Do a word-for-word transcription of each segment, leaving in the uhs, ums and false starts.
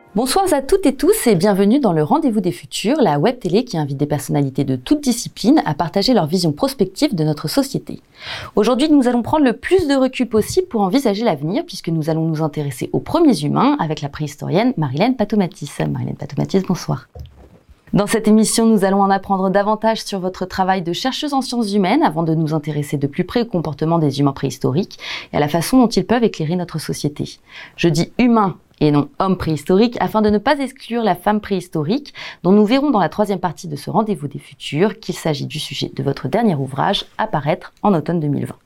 Bonsoir à toutes et tous et bienvenue dans le Rendez-vous des Futurs, la web télé qui invite des personnalités de toutes disciplines à partager leur vision prospective de notre société. Aujourd'hui, nous allons prendre le plus de recul possible pour envisager l'avenir puisque nous allons nous intéresser aux premiers humains avec la préhistorienne Marilène Patomatis. Marilène Patomatis, bonsoir. Dans cette émission, nous allons en apprendre davantage sur votre travail de chercheuse en sciences humaines avant de nous intéresser de plus près au comportement des humains préhistoriques et à la façon dont ils peuvent éclairer notre société. Je dis humains et non homme préhistorique, afin de ne pas exclure la femme préhistorique, dont nous verrons dans la troisième partie de ce Rendez-vous des Futurs qu'il s'agit du sujet de votre dernier ouvrage à paraître en automne deux mille vingt.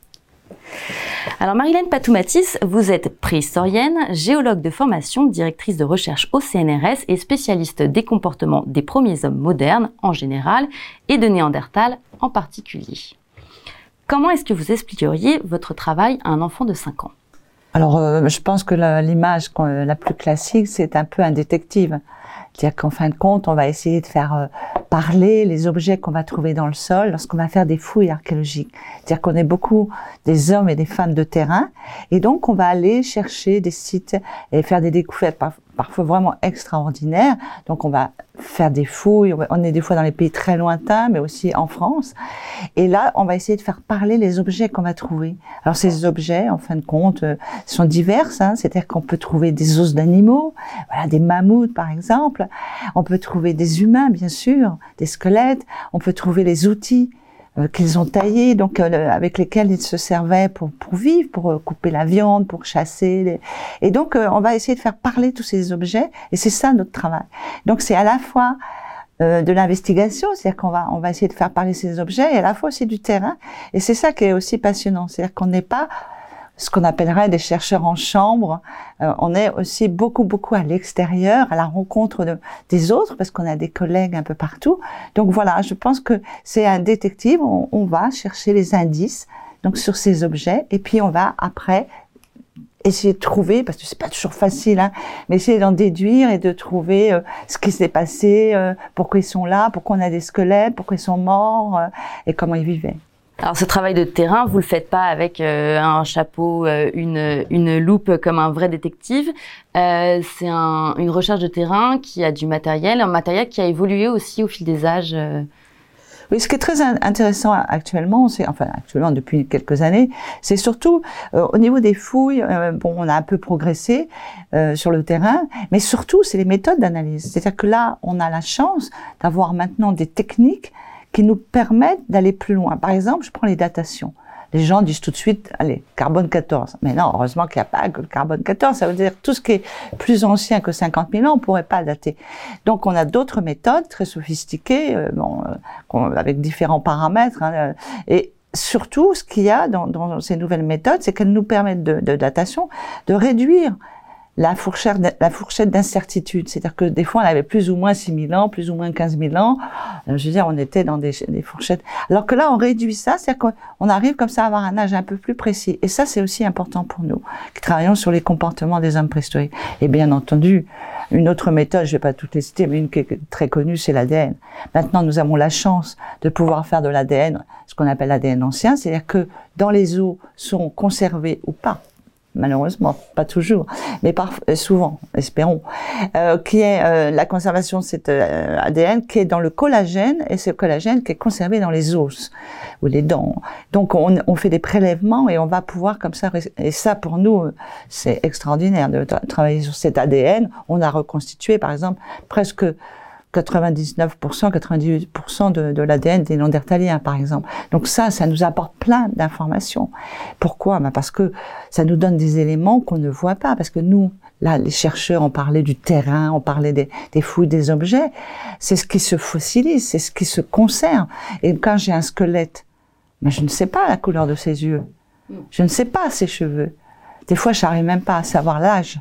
Alors Marilène Patomatis, vous êtes préhistorienne, géologue de formation, directrice de recherche au C N R S et spécialiste des comportements des premiers hommes modernes en général et de Néandertal en particulier. Comment est-ce que vous expliqueriez votre travail à un enfant de cinq ans ? Alors, euh, je pense que la, l'image la plus classique, c'est un peu un détective. C'est-à-dire qu'en fin de compte, on va essayer de faire euh, parler les objets qu'on va trouver dans le sol lorsqu'on va faire des fouilles archéologiques. C'est-à-dire qu'on est beaucoup des hommes et des femmes de terrain, et donc on va aller chercher des sites et faire des découvertes par, parfois vraiment extraordinaires. Donc on va faire des fouilles, on est des fois dans les pays très lointains, mais aussi en France. Et là, on va essayer de faire parler les objets qu'on va trouver. Alors ces objets, en fin de compte, euh, sont divers, hein, c'est-à-dire qu'on peut trouver des os d'animaux, voilà, des mammouths par exemple. On peut trouver des humains, bien sûr, des squelettes. On peut trouver les outils euh, qu'ils ont taillés, donc euh, avec lesquels ils se servaient pour pour vivre, pour euh, couper la viande, pour chasser. Les... Et donc, euh, on va essayer de faire parler tous ces objets. Et c'est ça notre travail. Donc, c'est à la fois euh, de l'investigation, c'est-à-dire qu'on va on va essayer de faire parler ces objets, et à la fois aussi du terrain. Et c'est ça qui est aussi passionnant, c'est-à-dire qu'on n'est pas ce qu'on appellerait des chercheurs en chambre. Euh, on est aussi beaucoup, beaucoup à l'extérieur, à la rencontre de, des autres, parce qu'on a des collègues un peu partout. Donc voilà, je pense que c'est un détective. On, on va chercher les indices donc sur ces objets, et puis on va après essayer de trouver, parce que c'est pas toujours facile, hein, mais essayer d'en déduire et de trouver euh, ce qui s'est passé, euh, pourquoi ils sont là, pourquoi on a des squelettes, pourquoi ils sont morts, euh, et comment ils vivaient. Alors ce travail de terrain, vous le faites pas avec euh, un chapeau, euh, une, une loupe comme un vrai détective. Euh, c'est un, une recherche de terrain qui a du matériel, un matériel qui a évolué aussi au fil des âges. Euh. Oui, ce qui est très intéressant actuellement, c'est enfin actuellement depuis quelques années, c'est surtout euh, au niveau des fouilles. Euh, bon, on a un peu progressé euh, sur le terrain, mais surtout c'est les méthodes d'analyse. C'est-à-dire que là, on a la chance d'avoir maintenant des techniques qui nous permettent d'aller plus loin. Par exemple, je prends les datations. Les gens disent tout de suite, allez, carbone quatorze. Mais non, heureusement qu'il n'y a pas que le carbone quatorze. Ça veut dire tout ce qui est plus ancien que cinquante mille ans, on ne pourrait pas dater. Donc, on a d'autres méthodes très sophistiquées, euh, bon, euh, avec différents paramètres. Hein, euh, et surtout, ce qu'il y a dans, dans ces nouvelles méthodes, c'est qu'elles nous permettent de, de datation de réduire la fourchette, la fourchette d'incertitude. C'est-à-dire que des fois, on avait plus ou moins six mille ans, plus ou moins quinze mille ans. Je veux dire, on était dans des, des fourchettes. Alors que là, on réduit ça, c'est-à-dire qu'on arrive comme ça à avoir un âge un peu plus précis. Et ça, c'est aussi important pour nous, qui travaillons sur les comportements des hommes préhistoriques. Et bien entendu, une autre méthode, je vais pas toutes les citer, mais une qui est très connue, c'est l'A D N. Maintenant, nous avons la chance de pouvoir faire de l'A D N, ce qu'on appelle l'A D N ancien, c'est-à-dire que dans les os sont conservés ou pas, malheureusement, pas toujours, mais parfois, souvent, espérons, euh, qui est euh, la conservation de cet euh, A D N qui est dans le collagène, et ce collagène qui est conservé dans les os ou les dents. Donc, on, on fait des prélèvements et on va pouvoir comme ça, et ça pour nous, c'est extraordinaire de tra- travailler sur cet A D N. On a reconstitué, par exemple, presque quatre-vingt-dix-neuf pour cent, quatre-vingt-dix-huit pour cent de, de l'A D N des Néandertaliens, par exemple. Donc ça, ça nous apporte plein d'informations. Pourquoi ? Ben parce que ça nous donne des éléments qu'on ne voit pas. Parce que nous, là, les chercheurs ont parlé du terrain, ont parlé des, des fouilles des objets. C'est ce qui se fossilise, c'est ce qui se conserve. Et quand j'ai un squelette, ben je ne sais pas la couleur de ses yeux. Je ne sais pas ses cheveux. Des fois, je n'arrive même pas à savoir l'âge.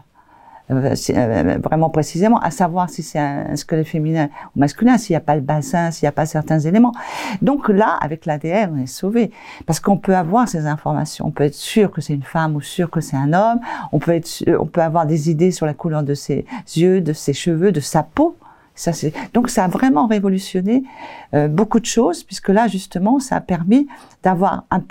Euh, vraiment précisément, à savoir si c'est un, un squelette féminin ou masculin, s'il n'y a pas le bassin, s'il n'y a pas certains éléments. Donc là, avec l'A D N, on est sauvé. Parce qu'on peut avoir ces informations. On peut être sûr que c'est une femme ou sûr que c'est un homme. On peut être, on peut avoir des idées sur la couleur de ses yeux, de ses cheveux, de sa peau. Ça, c'est... Donc ça a vraiment révolutionné euh, beaucoup de choses, puisque là, justement, ça a permis d'avoir un peu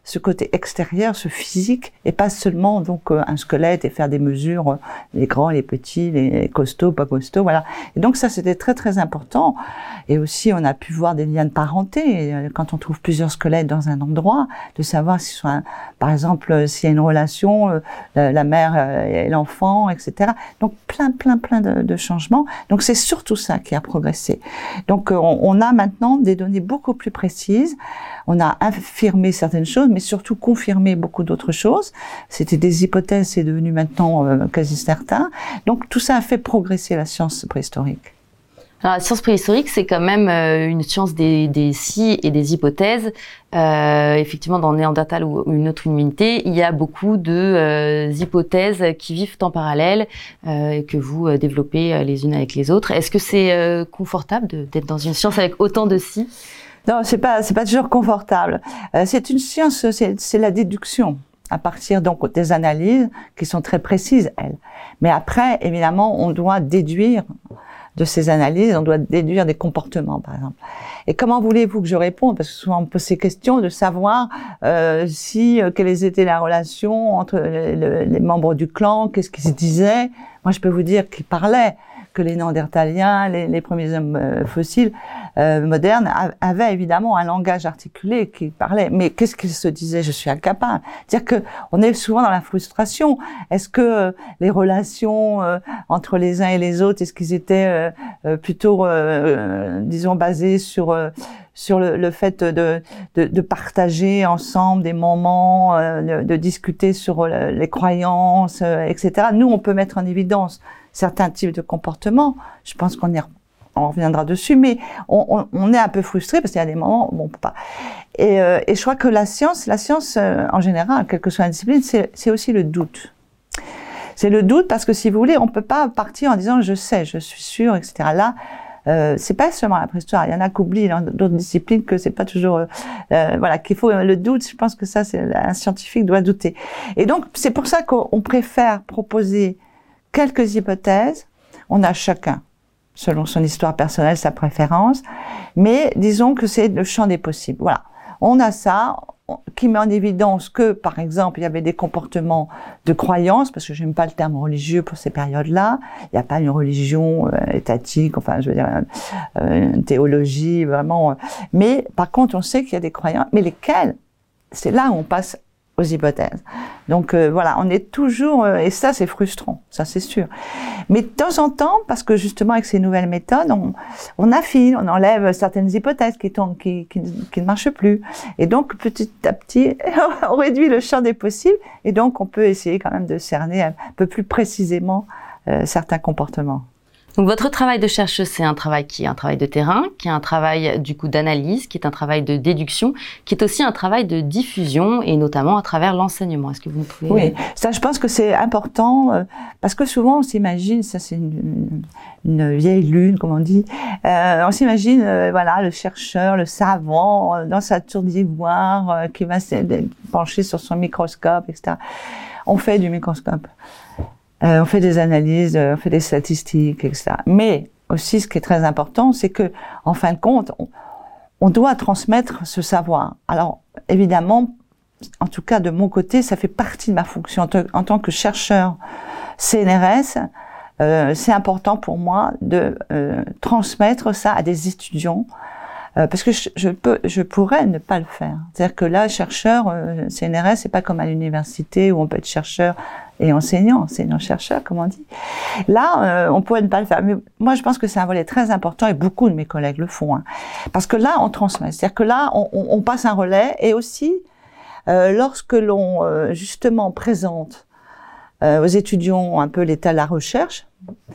ce côté extérieur, ce physique, et pas seulement donc un squelette et faire des mesures, les grands, les petits, les costauds, pas costauds, voilà. Et donc ça, c'était très très important. Et aussi, on a pu voir des liens de parenté. Quand on trouve plusieurs squelettes dans un endroit, de savoir si soit, par exemple, s'il y a une relation, la, la mère et l'enfant, et cetera. Donc plein plein plein de, de changements. Donc c'est surtout ça qui a progressé. Donc on, on a maintenant des données beaucoup plus précises. On a affirmé certaines choses, mais surtout confirmé beaucoup d'autres choses. C'était des hypothèses, c'est devenu maintenant euh, quasi certain. Donc tout ça a fait progresser la science préhistorique. Alors, la science préhistorique, c'est quand même euh, une science des, des si et des hypothèses. Euh, effectivement, dans Néandertal ou une autre humanité, il y a beaucoup de euh, hypothèses qui vivent en parallèle euh, et que vous euh, développez euh, les unes avec les autres. Est-ce que c'est euh, confortable de, d'être dans une science avec autant de si? Non, c'est pas, c'est pas toujours confortable. Euh, c'est une science, c'est, c'est la déduction à partir donc des analyses qui sont très précises, elles. Mais après, évidemment, on doit déduire de ces analyses, on doit déduire des comportements, par exemple. Et comment voulez-vous que je réponde? Parce que souvent on me pose ces questions de savoir euh, si euh, quelles étaient la relation entre les, les, les membres du clan, qu'est-ce qu'ils se disaient. Moi, je peux vous dire qu'ils parlaient, que les Néandertaliens, les, les premiers hommes euh, fossiles euh, modernes avaient évidemment un langage articulé qui parlait. Mais qu'est-ce qu'ils se disaient? Je suis incapable. C'est-à-dire que on est souvent dans la frustration. Est-ce que euh, les relations euh, entre les uns et les autres, est-ce qu'ils étaient euh, euh, plutôt, euh, disons, basés sur euh, sur le, le fait de, de, de partager ensemble des moments, euh, de, de discuter sur euh, les croyances, euh, et cetera. Nous, on peut mettre en évidence certains types de comportements. Je pense qu'on y on reviendra dessus, mais on, on, on est un peu frustré parce qu'il y a des moments où on peut pas. Et, euh, et je crois que la science, la science euh, en général, quelle que soit la discipline, c'est, c'est aussi le doute. C'est le doute parce que si vous voulez, on peut pas partir en disant je sais, je suis sûr, et cetera. Là, euh, c'est pas seulement la préhistoire. Il y en a qui oublient dans d'autres disciplines que c'est pas toujours, euh, euh, voilà, qu'il faut le doute. Je pense que ça, c'est un scientifique doit douter. Et donc, c'est pour ça qu'on préfère proposer quelques hypothèses. On a chacun, selon son histoire personnelle, sa préférence, mais disons que c'est le champ des possibles. Voilà, on a ça qui met en évidence que, par exemple, il y avait des comportements de croyance, parce que j'aime pas le terme religieux pour ces périodes-là. Il n'y a pas une religion euh, étatique, enfin, je veux dire, euh, une théologie vraiment. Euh, mais par contre, on sait qu'il y a des croyances, mais lesquelles? C'est là où on passe aux hypothèses. Donc euh, voilà, on est toujours, euh, et ça c'est frustrant, ça c'est sûr. Mais de temps en temps, parce que justement avec ces nouvelles méthodes, on, on affine, on enlève certaines hypothèses qui, tombent, qui, qui, qui ne marchent plus. Et donc petit à petit, on réduit le champ des possibles, et donc on peut essayer quand même de cerner un peu plus précisément euh, certains comportements. Donc votre travail de chercheuse, c'est un travail qui est un travail de terrain, qui est un travail du coup d'analyse, qui est un travail de déduction, qui est aussi un travail de diffusion et notamment à travers l'enseignement. Est-ce que vous me trouvez? Oui, ça je pense que c'est important euh, parce que souvent on s'imagine, ça c'est une, une vieille lune comme on dit, euh, on s'imagine euh, voilà le chercheur, le savant euh, dans sa tour d'ivoire euh, qui va se pencher sur son microscope, et cetera. On fait du microscope. Euh, on fait des analyses, euh, on fait des statistiques, et cetera. Mais aussi, ce qui est très important, c'est que, en fin de compte, on, on doit transmettre ce savoir. Alors, évidemment, en tout cas de mon côté, ça fait partie de ma fonction en, te, en tant que chercheur C N R S. Euh, c'est important pour moi de euh, transmettre ça à des étudiants. Euh, parce que je, je peux, je pourrais ne pas le faire. C'est-à-dire que là, chercheur, euh, C N R S, c'est pas comme à l'université où on peut être chercheur et enseignant, enseignant-chercheur, comme on dit. Là, euh, on pourrait ne pas le faire. Mais moi, je pense que c'est un volet très important et beaucoup de mes collègues le font. Hein. Parce que là, on transmet. C'est-à-dire que là, on, on, on passe un relais et aussi, euh, lorsque l'on, euh, justement, présente euh, aux étudiants un peu l'état de la recherche,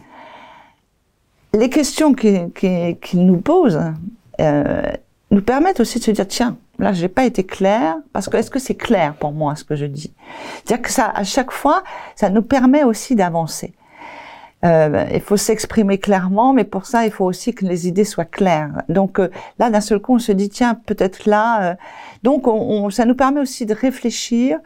les questions qu'ils qui, qui nous posent, Euh, nous permettent aussi de se dire tiens, là j'ai pas été clair parce que est-ce que c'est clair pour moi ce que je dis? C'est-à-dire que ça, à chaque fois, ça nous permet aussi d'avancer. Euh, il faut s'exprimer clairement, mais pour ça il faut aussi que les idées soient claires. Donc euh, là d'un seul coup on se dit tiens peut-être là. Euh, donc on, on, ça nous permet aussi de réfléchir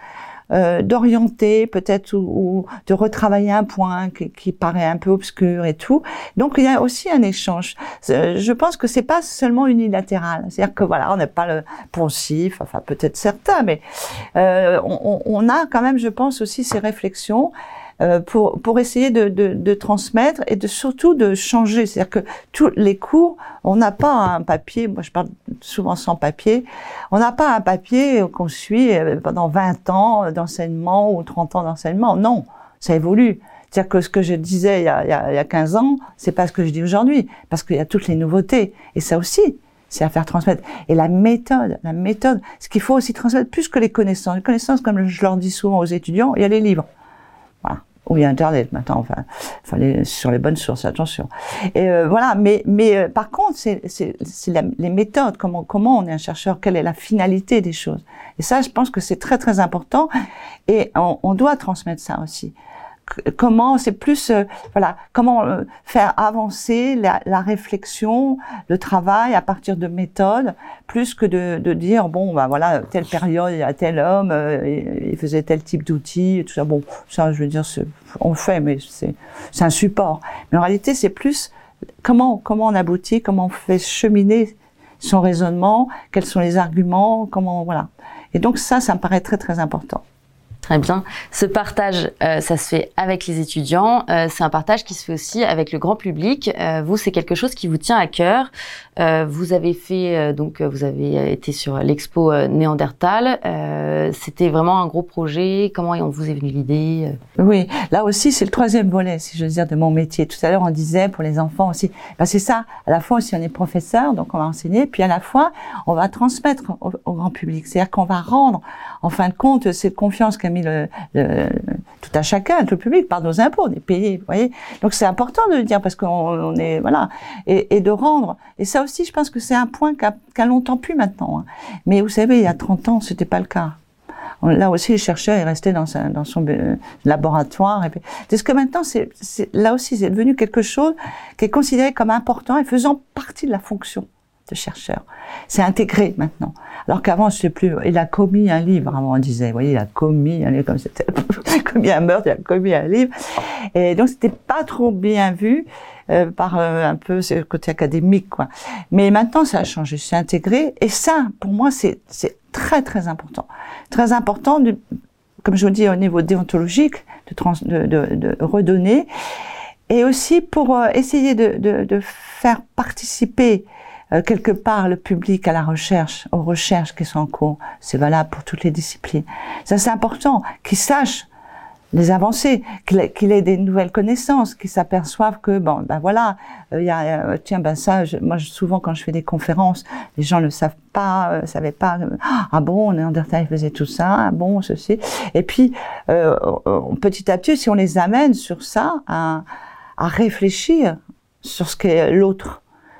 euh, d'orienter peut-être ou, ou de retravailler un point qui, qui paraît un peu obscur et tout. Donc il y a aussi un échange. Je pense que c'est pas seulement unilatéral. C'est-à-dire que voilà, on n'est pas le poncif, enfin peut-être certains, mais euh, on, on a quand même, je pense aussi ces réflexions euh, pour pour essayer de, de, de transmettre et de surtout de changer. C'est-à-dire que tous les cours, on n'a pas un papier. Moi, je parle souvent sans papier. On n'a pas un papier qu'on suit pendant vingt ans d'enseignement ou trente ans d'enseignement. Non, ça évolue. C'est-à-dire que ce que je disais il y a, il y a, il y a quinze ans, c'est pas ce que je dis aujourd'hui, parce qu'il y a toutes les nouveautés. Et ça aussi, c'est à faire transmettre. Et la méthode, la méthode, ce qu'il faut aussi transmettre plus que les connaissances. Les connaissances, comme je leur dis souvent aux étudiants, il y a les livres. Voilà. Ou il y a Internet maintenant, enfin, enfin les, sur les bonnes sources, attention. Et euh, voilà, mais, mais euh, par contre, c'est, c'est, c'est la, les méthodes, comment, comment on est un chercheur, quelle est la finalité des choses. Et ça, je pense que c'est très très important, et on, on doit transmettre ça aussi. Comment, c'est plus, euh, voilà, comment euh, faire avancer la, la réflexion, le travail à partir de méthodes, plus que de, de dire, bon, bah voilà, telle période, il y a tel homme, euh, il faisait tel type d'outils, tout ça. Bon, ça, je veux dire, c'est, on le fait, mais c'est, c'est un support. Mais en réalité, c'est plus comment, comment on aboutit, comment on fait cheminer son raisonnement, quels sont les arguments, comment, voilà. Et donc ça, ça me paraît très, très important. Très bien. Ce partage, euh, ça se fait avec les étudiants. Euh, c'est un partage qui se fait aussi avec le grand public. Euh, vous, c'est quelque chose qui vous tient à cœur. Euh, vous avez fait, euh, donc, vous avez été sur l'expo euh, Néandertal. Euh, c'était vraiment un gros projet. Comment on vous est venue l'idée? Oui, là aussi, c'est le troisième volet, si je veux dire, de mon métier. Tout à l'heure, on disait pour les enfants aussi. Ben, c'est ça. À la fois aussi, on est professeur, donc on va enseigner. Puis à la fois, on va transmettre au, au grand public. C'est-à-dire qu'on va rendre, en fin de compte, cette confiance qu'a mis le, le, tout à chacun, tout le public, par nos impôts, on est payé, vous voyez. Donc c'est important de le dire parce qu'on on est, voilà, et, et de rendre. Et ça aussi, je pense que c'est un point qu'a, qu'a longtemps plus maintenant. Hein. Mais vous savez, il y a trente ans, c'était pas le cas. Là aussi, les chercheurs, ils restaient dans, sa, dans son euh, laboratoire. Et puis, parce que maintenant, c'est, c'est, là aussi, c'est devenu quelque chose qui est considéré comme important et faisant partie de la fonction de chercheur. C'est intégré maintenant. Alors qu'avant, je sais plus, il a commis un livre, avant on disait, vous voyez, il a commis un livre, comme c'était, il a commis un meurtre, il a commis un livre. Et donc, c'était pas trop bien vu, euh, par euh, un peu ce côté académique, quoi. Mais maintenant, ça a changé, c'est intégré. Et ça, pour moi, c'est, c'est très, très important. Très important, de, comme je vous dis, au niveau déontologique, de, trans, de, de, de redonner. Et aussi pour euh, essayer de, de, de faire participer Euh, quelque part le public à la recherche, aux recherches qui sont en cours. C'est valable pour toutes les disciplines. Ça, c'est important qu'ils sachent les avancées, qu'il, qu'il ait des nouvelles connaissances, qu'ils s'aperçoivent que, bon, ben voilà, il euh, y a, euh, tiens, ben ça, je, moi, je, souvent, quand je fais des conférences, les gens ne le savent pas, euh, savaient pas, euh, ah bon, Néandertal faisait tout ça, ah bon, ceci. Et puis, euh, petit à petit, si on les amène sur ça, à, à réfléchir sur ce qu'est l'autre,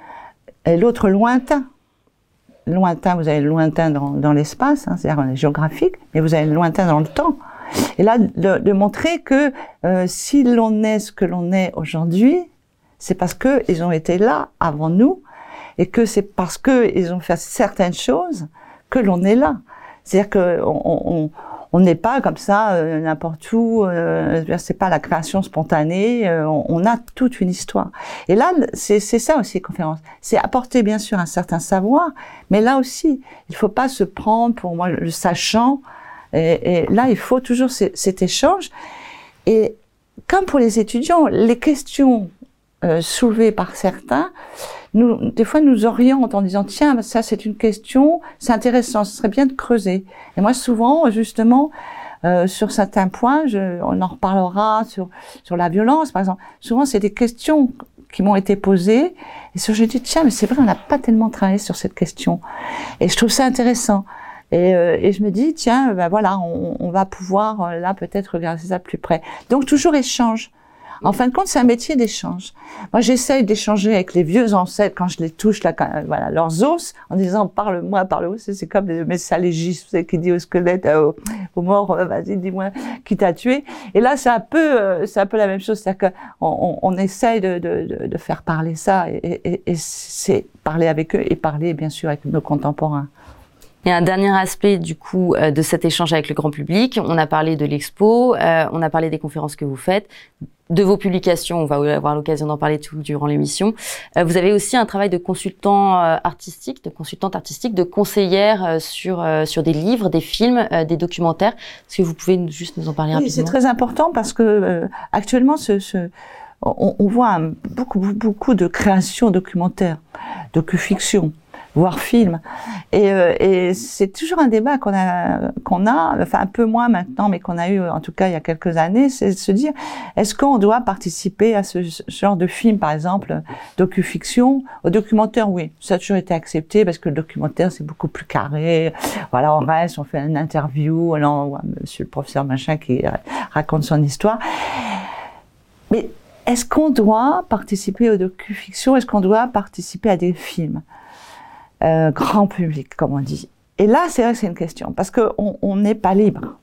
et l'autre lointain. Lointain, vous avez le lointain dans, dans l'espace, hein, c'est-à-dire géographique, mais vous avez le lointain dans le temps. Et là, de, de montrer que euh, si l'on est ce que l'on est aujourd'hui, c'est parce que ils ont été là avant nous, et que c'est parce que ils ont fait certaines choses que l'on est là. C'est-à-dire que on, on, on n'est pas comme ça euh, n'importe où. Euh, c'est pas la création spontanée. Euh, on, on a toute une histoire. Et là, c'est, c'est ça aussi les conférences. C'est apporter bien sûr un certain savoir, mais là aussi, il faut pas se prendre pour moi le sachant. Et, et là, il faut toujours c- cet échange. Et comme pour les étudiants, les questions euh, soulevées par certains, nous, des fois, nous orientent en disant, tiens, ça, c'est une question, c'est intéressant, ce serait bien de creuser. Et moi, souvent, justement, euh, sur certains points, je, on en reparlera sur, sur la violence, par exemple. Souvent, c'est des questions qui m'ont été posées. Et sur, j'ai dit, tiens, mais c'est vrai, on n'a pas tellement travaillé sur cette question. Et je trouve ça intéressant. Et, euh, et je me dis, tiens, ben voilà, on, on va pouvoir, euh, là, peut-être regarder ça de plus près. Donc, toujours échange. En fin de compte, c'est un métier d'échange. Moi, j'essaye d'échanger avec les vieux ancêtres quand je les touche, là, quand, voilà, leurs os, en disant, parle-moi, parle-moi. C'est, c'est comme les messalégistes, vous savez, qui dit au squelette, euh, aux morts, euh, vas-y, dis-moi qui t'a tué. Et là, c'est un peu, euh, c'est un peu la même chose. C'est-à-dire qu'on on, on essaye de, de, de, de faire parler ça, et, et, et c'est parler avec eux et parler, bien sûr, avec nos contemporains. Et un dernier aspect du coup euh, de cet échange avec le grand public, on a parlé de l'expo, euh, on a parlé des conférences que vous faites, de vos publications, on va avoir l'occasion d'en parler tout durant l'émission. Euh, vous avez aussi un travail de consultant euh, artistique, de consultante artistique, de conseillère euh, sur euh, sur des livres, des films, euh, des documentaires. Est-ce que vous pouvez nous, juste nous en parler oui, rapidement? C'est très important parce que euh, actuellement, ce, ce, on, on voit un, beaucoup beaucoup de créations documentaires, docu-fiction, voire film. Et, euh, et c'est toujours un débat qu'on a, qu'on a, enfin un peu moins maintenant, mais qu'on a eu en tout cas il y a quelques années, c'est de se dire, est-ce qu'on doit participer à ce, ce genre de film, par exemple, docu-fiction? Au documentaire, oui, ça a toujours été accepté parce que le documentaire c'est beaucoup plus carré. Voilà, on reste, on fait une interview, alors ouais, monsieur le professeur machin qui raconte son histoire. Mais est-ce qu'on doit participer au docu-fiction? Est-ce qu'on doit participer à des films? Euh, grand public, comme on dit. Et là, c'est vrai que c'est une question, parce qu'on on n'est pas libre.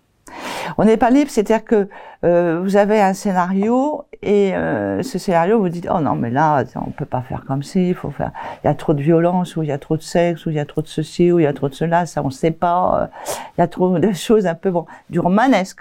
On n'est pas libre, c'est-à-dire que euh, vous avez un scénario, et euh, ce scénario, vous dites, oh non, mais là, on peut pas faire comme ça, il faut faire, il y a trop de violence, ou il y a trop de sexe, ou il y a trop de ceci, ou il y a trop de cela, ça on sait pas, euh, il y a trop de choses un peu, bon, du romanesque.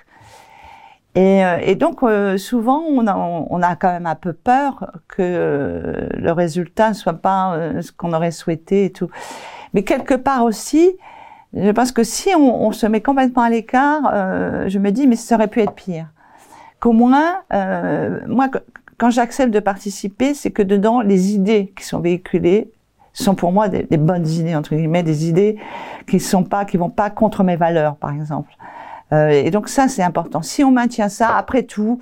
Et, euh, et donc, euh, souvent, on a, on a quand même un peu peur que euh, le résultat ne soit pas euh, ce qu'on aurait souhaité et tout. Mais quelque part aussi, je pense que si on, on se met complètement à l'écart, euh, je me dis, mais ça aurait pu être pire. Qu'au moins, euh, moi, quand j'accepte de participer, c'est que dedans, les idées qui sont véhiculées sont pour moi des, des bonnes idées, entre guillemets, des idées qui sont pas, qui vont pas contre mes valeurs, par exemple. Euh, et donc ça, c'est important. Si on maintient ça, après tout,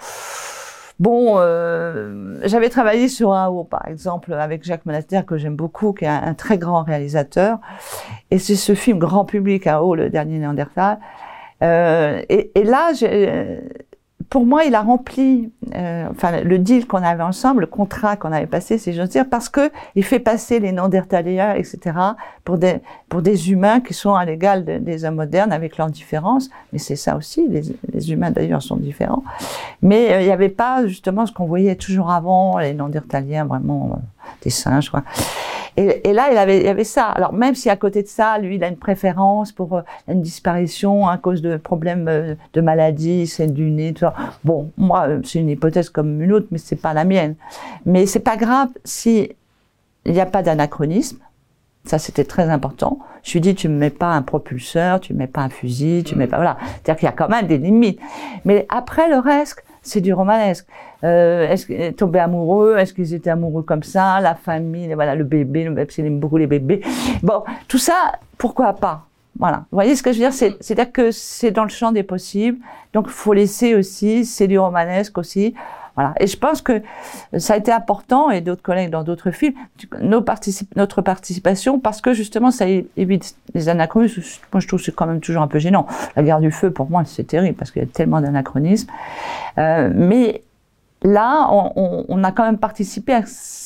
bon, euh, j'avais travaillé sur A O, par exemple, avec Jacques Monaster, que j'aime beaucoup, qui est un, un très grand réalisateur. Et c'est ce film grand public, A O, le dernier Néandertal. Euh, et, et là, j'ai, pour moi, il a rempli, euh, enfin, le deal qu'on avait ensemble, le contrat qu'on avait passé, si j'ose dire, parce que il fait passer les Néandertaliens, et cetera, pour des, pour des humains qui sont à l'égal de, des hommes modernes avec leurs différences. Mais c'est ça aussi, les, les humains d'ailleurs sont différents. Mais euh, il n'y avait pas, justement, ce qu'on voyait toujours avant, les Néandertaliens, vraiment, euh, des singes, quoi. Et, et là, il avait, il y avait ça. Alors, même si à côté de ça, lui, il a une préférence pour euh, une disparition à cause de problèmes euh, de maladies, celle du nez, tout ça. Bon, moi, c'est une hypothèse comme une autre, mais c'est pas la mienne. Mais c'est pas grave si il n'y a pas d'anachronisme. Ça, c'était très important. Je lui dis, tu me mets pas un propulseur, tu me mets pas un fusil, tu me mets pas, voilà. C'est-à-dire qu'il y a quand même des limites. Mais après, le reste, c'est du romanesque. Euh, est-ce qu'ils tombaient amoureux? Est-ce qu'ils étaient amoureux comme ça? La famille, voilà, le bébé, le bébé, il aime beaucoup les bébés. Bon, tout ça, pourquoi pas? Voilà. Vous voyez ce que je veux dire? C'est, c'est-à-dire que c'est dans le champ des possibles. Donc, faut laisser aussi, c'est du romanesque aussi. Voilà. Et je pense que ça a été important, et d'autres collègues dans d'autres films, nos particip- notre participation, parce que justement, ça évite les anachronismes. Moi, je trouve que c'est quand même toujours un peu gênant. La guerre du feu, pour moi, c'est terrible, parce qu'il y a tellement d'anachronismes. Euh, mais là, on, on, on a quand même participé à,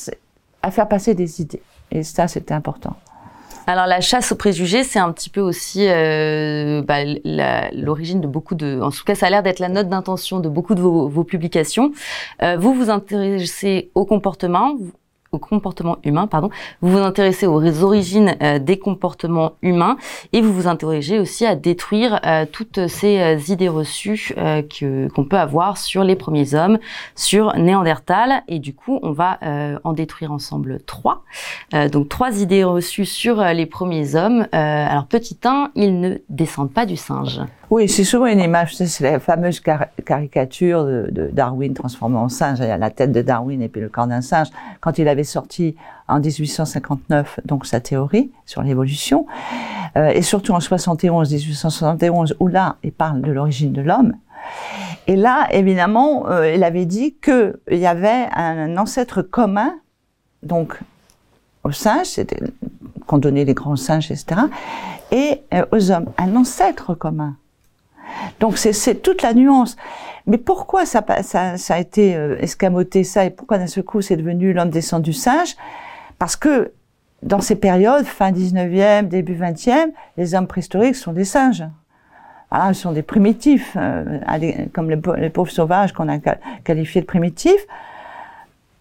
à faire passer des idées. Et ça, c'était important. Alors la chasse aux préjugés, c'est un petit peu aussi euh, bah, la, l'origine de beaucoup de... En tout cas, ça a l'air d'être la note d'intention de beaucoup de vos, vos publications. Euh, vous vous intéressez au comportement, au comportement humain, pardon. Vous vous intéressez aux origines euh, des comportements humains et vous vous interrogez aussi à détruire euh, toutes ces euh, idées reçues euh, que, qu'on peut avoir sur les premiers hommes, sur Néandertal. Et du coup, on va euh, en détruire ensemble trois. Euh, donc trois idées reçues sur euh, les premiers hommes. Euh, alors petit un, ils ne descendent pas du singe. Oui, c'est souvent une image, c'est la fameuse car- caricature de, de Darwin transformé en singe. Il y a la tête de Darwin et puis le corps d'un singe. Quand il avait sorti en dix-huit cent cinquante-neuf donc sa théorie sur l'évolution, euh, et surtout en soixante et onze, dix-huit cent soixante et onze, où là, il parle de l'origine de l'homme. Et là, évidemment, euh, il avait dit qu'il y avait un ancêtre commun, donc aux singes, c'était qu'on donnait les grands singes, et cetera, et euh, aux hommes, un ancêtre commun. Donc c'est, c'est toute la nuance. Mais pourquoi ça, ça, ça a été euh, escamoté ça, et pourquoi d'un seul coup c'est devenu l'homme descendu du singe? Parce que dans ces périodes, fin dix-neuvième, début vingtième, les hommes préhistoriques sont des singes. Voilà, ce sont des primitifs, euh, comme les, les pauvres sauvages qu'on a qualifiés de primitifs.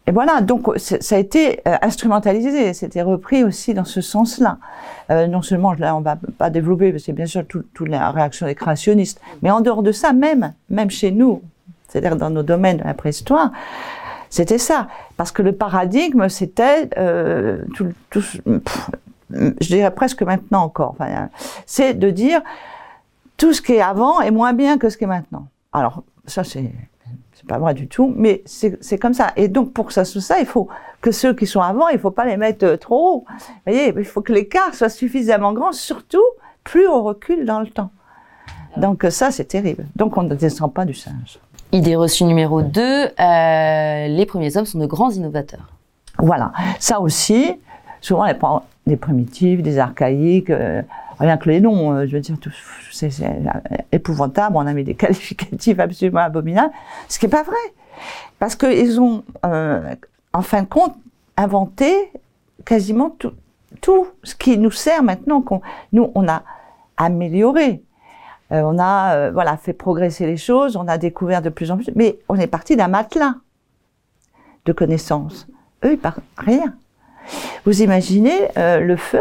et voilà, donc ça a été euh, instrumentalisé, c'était repris aussi dans ce sens-là. Euh, non seulement, là on va pas développer, parce que bien sûr toute tout la réaction des créationnistes, mais en dehors de ça, même, même chez nous, c'est-à-dire dans nos domaines de la préhistoire, c'était ça. Parce que le paradigme, c'était euh, tout, tout, pff, je dirais presque maintenant encore, enfin, c'est de dire tout ce qui est avant est moins bien que ce qui est maintenant. Alors, ça c'est... c'est pas vrai du tout, mais c'est comme ça. Et donc, pour que ça soit ça, il faut que ceux qui sont avant, il faut pas les mettre trop haut. Vous voyez, il faut que l'écart soit suffisamment grand, surtout plus on recule dans le temps. Donc ça, c'est terrible. Donc on ne descend pas du singe. Idée reçue numéro deux, euh, les premiers hommes sont de grands innovateurs. Voilà, ça aussi, souvent les, des primitifs, des archaïques, euh, rien que les noms, euh, je veux dire, c'est épouvantable, on a mis des qualificatifs absolument abominables, ce qui n'est pas vrai. Parce qu'ils ont, euh, en fin de compte, inventé quasiment tout, tout ce qui nous sert maintenant, qu'on, nous, on a amélioré. Euh, on a euh, voilà, fait progresser les choses, on a découvert de plus en plus, mais on est parti d'un matelas de connaissances. Eux, ils partent rien. Vous imaginez euh, le feu?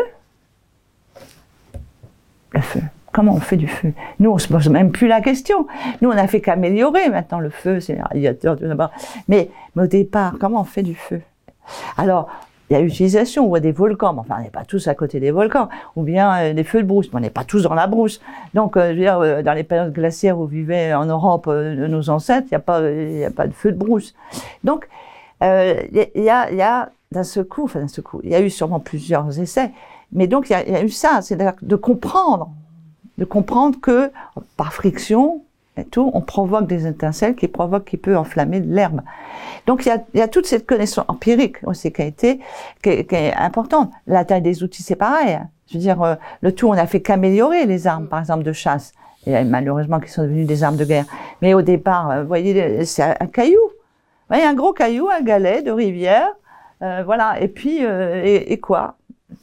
Le feu. Comment on fait du feu? Nous, on se pose même plus la question. Nous, on n'a fait qu'améliorer maintenant le feu, c'est un radiateur, tout d'abord. Mais, mais au départ, comment on fait du feu? Alors, il y a l'utilisation, on voit des volcans, mais enfin, on n'est pas tous à côté des volcans, ou bien euh, des feux de brousse, mais on n'est pas tous dans la brousse. Donc, euh, je veux dire, euh, dans les périodes glaciaires où vivaient en Europe euh, nos ancêtres, il n'y a pas, il n'y a pas de feu de brousse. Donc, euh, il y a, il y a d'un seul coup, enfin d'un seul coup, il y a eu sûrement plusieurs essais, mais donc il y a, il y a eu ça, c'est-à-dire de comprendre, de comprendre que par friction et tout, on provoque des étincelles qui provoquent, qui peut enflammer de l'herbe. Donc il y, a, il y a toute cette connaissance empirique aussi qui a été, qui est, qui est importante. La taille des outils, c'est pareil. Je veux dire, euh, le tout, on n'a fait qu'améliorer les armes, par exemple, de chasse. Et malheureusement, qui sont devenues des armes de guerre. Mais au départ, euh, vous voyez, c'est un, un caillou. Vous voyez, un gros caillou, un galet de rivière. Euh, voilà. Et puis, euh, et, et quoi?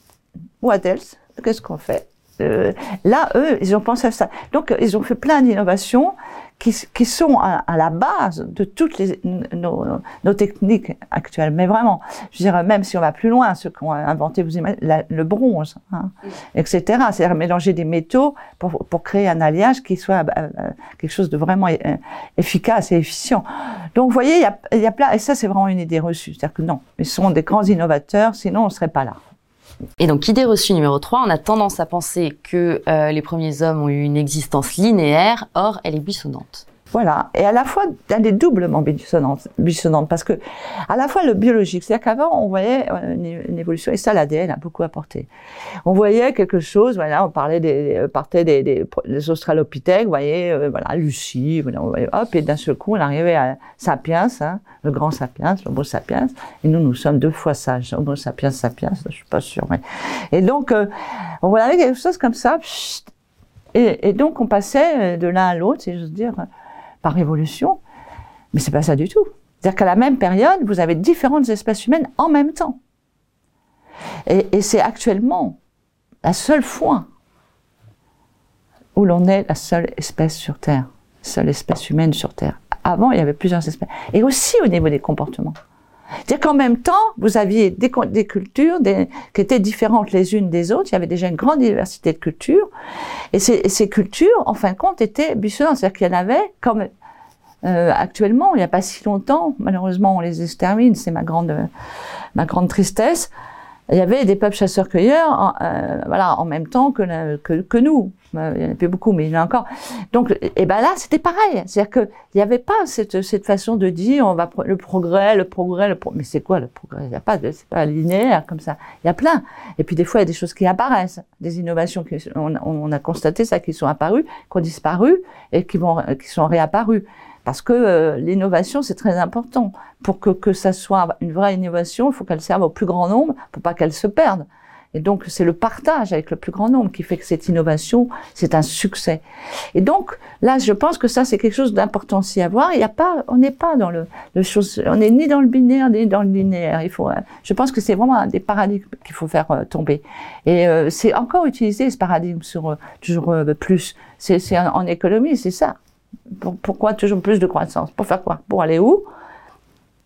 What else? Qu'est-ce qu'on fait? Euh, là, eux, ils ont pensé à ça. Donc, ils ont fait plein d'innovations qui, qui sont à, à la base de toutes les, nos, nos techniques actuelles. Mais vraiment, je veux dire, même si on va plus loin, ceux qui ont inventé, vous imaginez, la, le bronze, hein, mm. et cetera. C'est-à-dire mélanger des métaux pour, pour créer un alliage qui soit euh, quelque chose de vraiment euh, efficace et efficient. Donc, vous voyez, il y a, il y a plein, et ça, c'est vraiment une idée reçue. C'est-à-dire que non, ils sont des grands innovateurs, sinon on ne serait pas là. Et donc, idée reçue numéro trois, on a tendance à penser que euh, les premiers hommes ont eu une existence linéaire, or elle est buissonnante. Voilà, et à la fois, elle est doublement buissonnante, buissonnante parce que, à la fois le biologique, c'est-à-dire qu'avant, on voyait une, une évolution, et ça, l'A D N a beaucoup apporté. On voyait quelque chose, voilà, on parlait des, partait des, des, des australopithèques, vous voyez, euh, voilà, Lucie, voilà, voyait, hop, et d'un seul coup, on arrivait à Sapiens, hein, le grand Sapiens, l'Homo sapiens, et nous, nous sommes deux fois sages, Homo sapiens, sapiens, je suis pas sûre, mais, et donc, euh, on voyait quelque chose comme ça, pssst, et, et donc, on passait de l'un à l'autre, si j'ose dire, par évolution, mais c'est pas ça du tout. C'est-à-dire qu'à la même période, vous avez différentes espèces humaines en même temps. Et, et c'est actuellement la seule fois où l'on est la seule espèce sur Terre, seule espèce humaine sur Terre. Avant, il y avait plusieurs espèces. Et aussi au niveau des comportements. C'est-à-dire qu'en même temps, vous aviez des, des cultures des, qui étaient différentes les unes des autres. Il y avait déjà une grande diversité de cultures. Et ces, ces cultures, en fin de compte, étaient buissonnantes. C'est-à-dire qu'il y en avait, comme euh, actuellement, il n'y a pas si longtemps, malheureusement, on les extermine, c'est ma grande, ma grande tristesse. Il y avait des peuples chasseurs-cueilleurs, en, euh, voilà, en même temps que, la, que, que nous. Il n'y en a plus beaucoup, mais il y en a encore. Donc, et ben là, c'était pareil. C'est-à-dire qu'il n'y avait pas cette, cette façon de dire, on va le progrès, le progrès, le progrès. Mais c'est quoi le progrès? Il n'y a pas de, c'est pas linéaire comme ça. Il y a plein. Et puis des fois, il y a des choses qui apparaissent, des innovations qui, on, on a constaté ça, qui sont apparues, qui ont disparu et qui vont, qui sont réapparues. Parce que euh, l'innovation, c'est très important. Pour que, que ça soit une vraie innovation, il faut qu'elle serve au plus grand nombre, pour pas qu'elle se perde. Et donc, c'est le partage avec le plus grand nombre qui fait que cette innovation, c'est un succès. Et donc, là, je pense que ça, c'est quelque chose d'important aussi à voir. Il y a pas, on n'est pas dans le, le chose, on n'est ni dans le binaire, ni dans le linéaire. Il faut, euh, je pense que c'est vraiment un des paradigmes qu'il faut faire euh, tomber. Et euh, c'est encore utilisé, ce paradigme, sur euh, toujours euh, plus. C'est, c'est en, en économie, c'est ça. Pour, pourquoi toujours plus de croissance? Pour faire quoi? Pour aller où?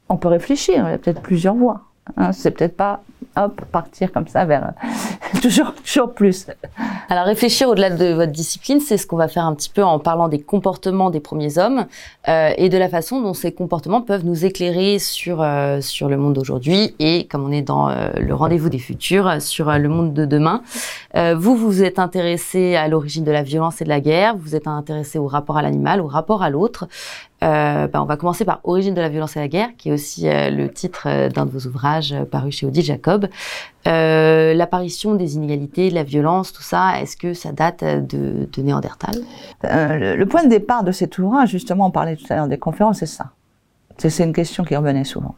on peut réfléchir, il y a peut-être plusieurs voies. Hein, c'est peut-être pas, hop, partir comme ça vers toujours, toujours plus. Alors réfléchir au-delà de votre discipline, c'est ce qu'on va faire un petit peu en parlant des comportements des premiers hommes euh, et de la façon dont ces comportements peuvent nous éclairer sur euh, sur le monde d'aujourd'hui et, comme on est dans euh, le rendez-vous des futurs, sur euh, le monde de demain. Euh, vous, vous êtes intéressé à l'origine de la violence et de la guerre, vous êtes intéressé au rapport à l'animal, au rapport à l'autre. Euh, ben on va commencer par Origine de la violence et la guerre, qui est aussi euh, le titre euh, d'un de vos ouvrages euh, paru chez Odile Jacob. Euh, l'apparition des inégalités, de la violence, tout ça, est-ce que ça date de, de Néandertal? euh, le, le point de départ de cet ouvrage, justement, on parlait tout à l'heure des conférences, c'est ça. C'est, c'est une question qui revenait souvent.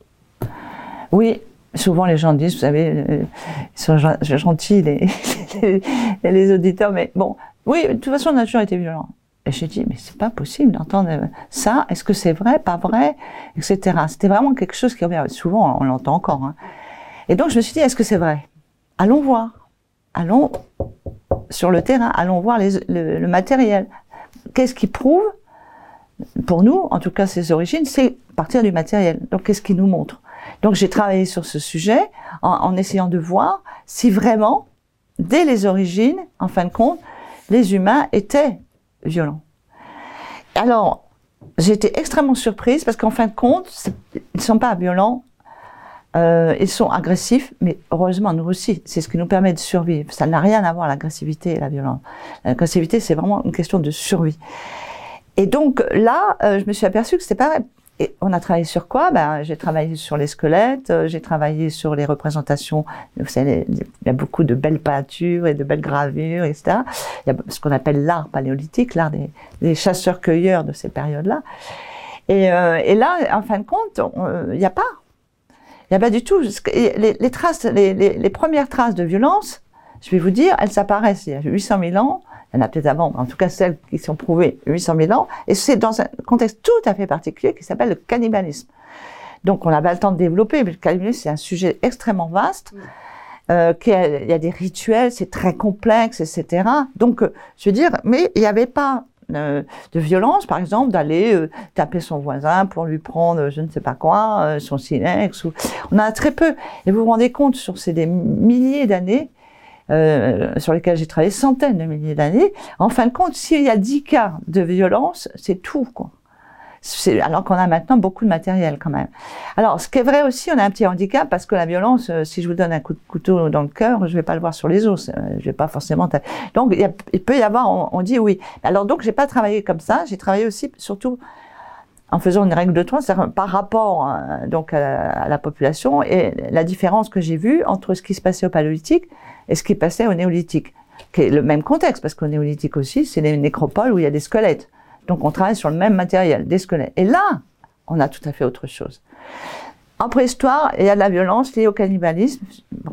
Oui, souvent les gens disent, vous savez, euh, ils sont gentils, les, les, les auditeurs, mais bon, oui, de toute façon, la nature était violente. Et j'ai dit, mais c'est pas possible d'entendre ça, est-ce que c'est vrai, pas vrai, et cetera. C'était vraiment quelque chose qui revient, souvent on l'entend encore. Hein. Et donc je me suis dit, est-ce que c'est vrai? Allons voir, allons sur le terrain, allons voir les, le, le matériel. Qu'est-ce qui prouve, pour nous, en tout cas ses origines, c'est partir du matériel. Donc qu'est-ce qui nous montre? Donc j'ai travaillé sur ce sujet en, en essayant de voir si vraiment, dès les origines, en fin de compte, les humains étaient violents. Alors, j'ai été extrêmement surprise parce qu'en fin de compte, ils ne sont pas violents, euh, ils sont agressifs, mais heureusement, nous aussi, c'est ce qui nous permet de survivre. Ça n'a rien à voir, l'agressivité et la violence. L'agressivité, c'est vraiment une question de survie. Et donc là, euh, je me suis aperçue que c'était pas vrai. Et on a travaillé sur quoi? Ben, j'ai travaillé sur les squelettes, euh, j'ai travaillé sur les représentations. Vous savez, il y a beaucoup de belles peintures et de belles gravures, et cetera. Il y a ce qu'on appelle l'art paléolithique, l'art des, des chasseurs-cueilleurs de ces périodes-là. Et, euh, et là, en fin de compte, il n'y a pas. Il n'y a pas du tout. Les, les traces, les, les, les premières traces de violence, je vais vous dire, elles apparaissent il y a huit cent mille ans. Il y en a peut-être avant, mais en tout cas celles qui sont prouvées huit cent mille ans, et c'est dans un contexte tout à fait particulier qui s'appelle le cannibalisme. Donc on n'a pas le temps de développer, mais le cannibalisme c'est un sujet extrêmement vaste, euh, qui a, il y a des rituels, c'est très complexe, et cetera. Donc euh, je veux dire, mais il n'y avait pas euh, de violence, par exemple, d'aller euh, taper son voisin pour lui prendre je ne sais pas quoi, euh, son silex. Ou... On en a très peu. Et vous vous rendez compte, sur ces des milliers d'années, Euh, sur lesquels j'ai travaillé centaines de milliers d'années, en fin de compte, s'il y a dix cas de violence, c'est tout, quoi. C'est, alors qu'on a maintenant beaucoup de matériel, quand même. Alors, ce qui est vrai aussi, on a un petit handicap, parce que la violence, euh, si je vous donne un coup de couteau dans le cœur, je vais pas le voir sur les os, euh, je vais pas forcément... Ta... Donc, il, y a, il peut y avoir, on, on dit oui. Alors, donc, j'ai pas travaillé comme ça, j'ai travaillé aussi, surtout, en faisant une règle de trois, c'est-à-dire par rapport euh, donc à la, à la population, et la différence que j'ai vue entre ce qui se passait au paléolithique et ce qui passait au néolithique, qui est le même contexte, parce qu'au néolithique aussi, c'est les nécropoles où il y a des squelettes. Donc on travaille sur le même matériel, des squelettes. Et là, on a tout à fait autre chose. En préhistoire, il y a de la violence liée au cannibalisme, bon,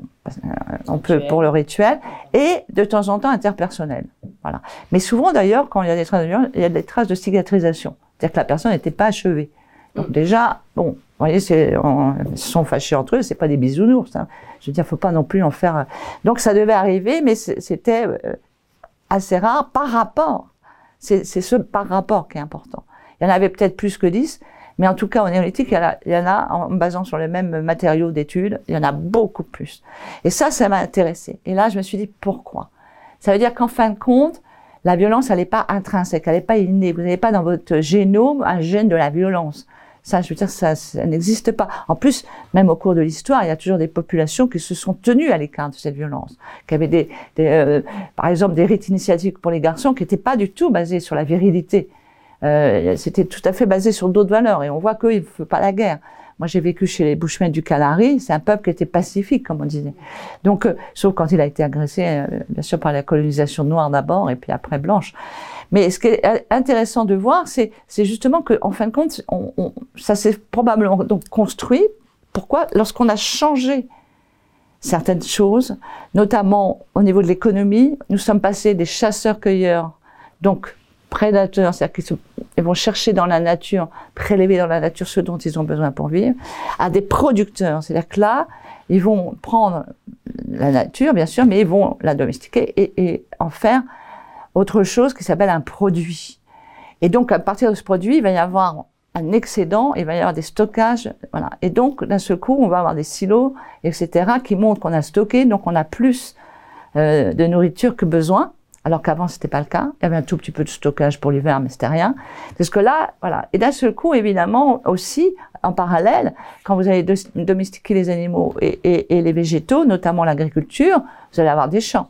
on peut pour le rituel, et de temps en temps interpersonnel. Voilà. Mais souvent d'ailleurs, quand il y a des traces de violence, il y a des traces de cicatrisation. C'est-à-dire que la personne n'était pas achevée. Donc déjà, bon, vous voyez, c'est, on, ils se sont fâchés entre eux, c'est pas des bisounours. Hein. Je veux dire, faut pas non plus en faire. Donc ça devait arriver, mais c'était assez rare par rapport. C'est, c'est ce par rapport qui est important. Il y en avait peut-être plus que dix, mais en tout cas au néolithique, il y en a, il y en a en basant sur les mêmes matériaux d'études, il y en a beaucoup plus. Et ça, ça m'a intéressé. Et là, je me suis dit pourquoi. Ça veut dire qu'en fin de compte, la violence, elle n'est pas intrinsèque, elle n'est pas innée. Vous n'avez pas dans votre génome un gène de la violence. Ça, je veux dire, ça, ça n'existe pas. En plus, même au cours de l'histoire, il y a toujours des populations qui se sont tenues à l'écart de cette violence, qui avaient des, des euh, par exemple, des rites initiatiques pour les garçons qui n'étaient pas du tout basés sur la virilité. Euh, c'était tout à fait basé sur d'autres valeurs. Et on voit qu'eux, ils ne font pas la guerre. Moi, j'ai vécu chez les Bushmen du Kalahari. C'est un peuple qui était pacifique, comme on disait. Donc, euh, sauf quand il a été agressé, euh, bien sûr, par la colonisation noire d'abord, et puis après blanche. Mais ce qui est intéressant de voir, c'est, c'est justement que, en fin de compte, on, on, ça s'est probablement donc construit. Pourquoi? Lorsqu'on a changé certaines choses, notamment au niveau de l'économie, nous sommes passés des chasseurs-cueilleurs, donc prédateurs, c'est-à-dire qu'ils se, ils vont chercher dans la nature, prélever dans la nature ce dont ils ont besoin pour vivre, à des producteurs, c'est-à-dire que là, ils vont prendre la nature, bien sûr, mais ils vont la domestiquer et, et en faire autre chose qui s'appelle un produit. Et donc, à partir de ce produit, il va y avoir un excédent, il va y avoir des stockages, voilà. Et donc, d'un seul coup, on va avoir des silos, et cetera, qui montrent qu'on a stocké, donc on a plus euh, de nourriture que besoin, alors qu'avant, c'était pas le cas. Il y avait un tout petit peu de stockage pour l'hiver, mais c'était rien. Parce que là, voilà. Et d'un seul coup, évidemment, aussi, en parallèle, quand vous allez domestiquer les animaux et, et, et les végétaux, notamment l'agriculture, vous allez avoir des champs.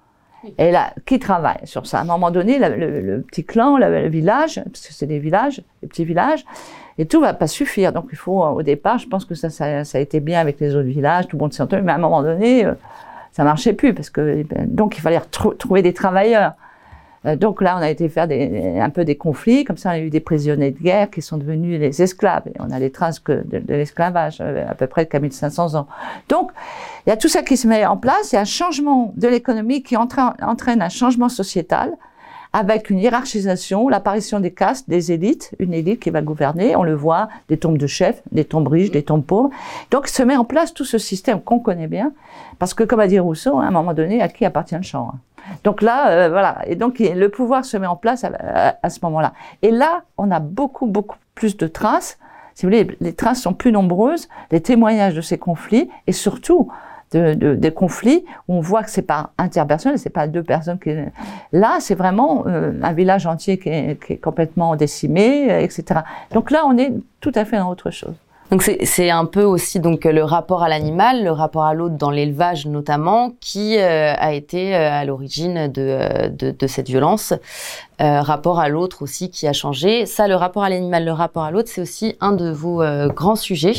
Et là, qui travaille sur ça? À un moment donné, le, le, le petit clan, le, le village, parce que c'est des villages, des petits villages, et tout va pas suffire. Donc il faut, au départ, je pense que ça, ça, ça a été bien avec les autres villages, tout le monde s'est entendu, mais à un moment donné, euh, ça marchait plus, parce que donc il fallait retrouver, trouver des travailleurs. Euh, donc là, on a été faire des, un peu des conflits, comme ça, on a eu des prisonniers de guerre qui sont devenus les esclaves. Et on a les traces que de, de l'esclavage, à peu près qu'à mille cinq cents ans. Donc, il y a tout ça qui se met en place, il y a un changement de l'économie qui entraîne, entraîne un changement sociétal, avec une hiérarchisation, l'apparition des castes, des élites, une élite qui va gouverner, on le voit, des tombes de chefs, des tombes riches, des tombes pauvres. Donc, se met en place tout ce système qu'on connaît bien, parce que, comme a dit Rousseau, à un moment donné, à qui appartient le champ? Donc là, euh, voilà. Et donc, le pouvoir se met en place à, à, à ce moment-là. Et là, on a beaucoup, beaucoup plus de traces. Si vous voulez, les traces sont plus nombreuses, les témoignages de ces conflits, et surtout, de, de, des conflits où on voit que c'est pas interpersonnel, c'est pas deux personnes qui... Là, c'est vraiment euh, un village entier qui est, qui est complètement décimé, euh, et cetera. Donc là, on est tout à fait dans autre chose. Donc c'est, c'est un peu aussi donc le rapport à l'animal, le rapport à l'autre dans l'élevage notamment, qui euh, a été euh, à l'origine de, de, de cette violence. Euh, rapport à l'autre aussi qui a changé. Ça, le rapport à l'animal, le rapport à l'autre, c'est aussi un de vos euh, grands sujets.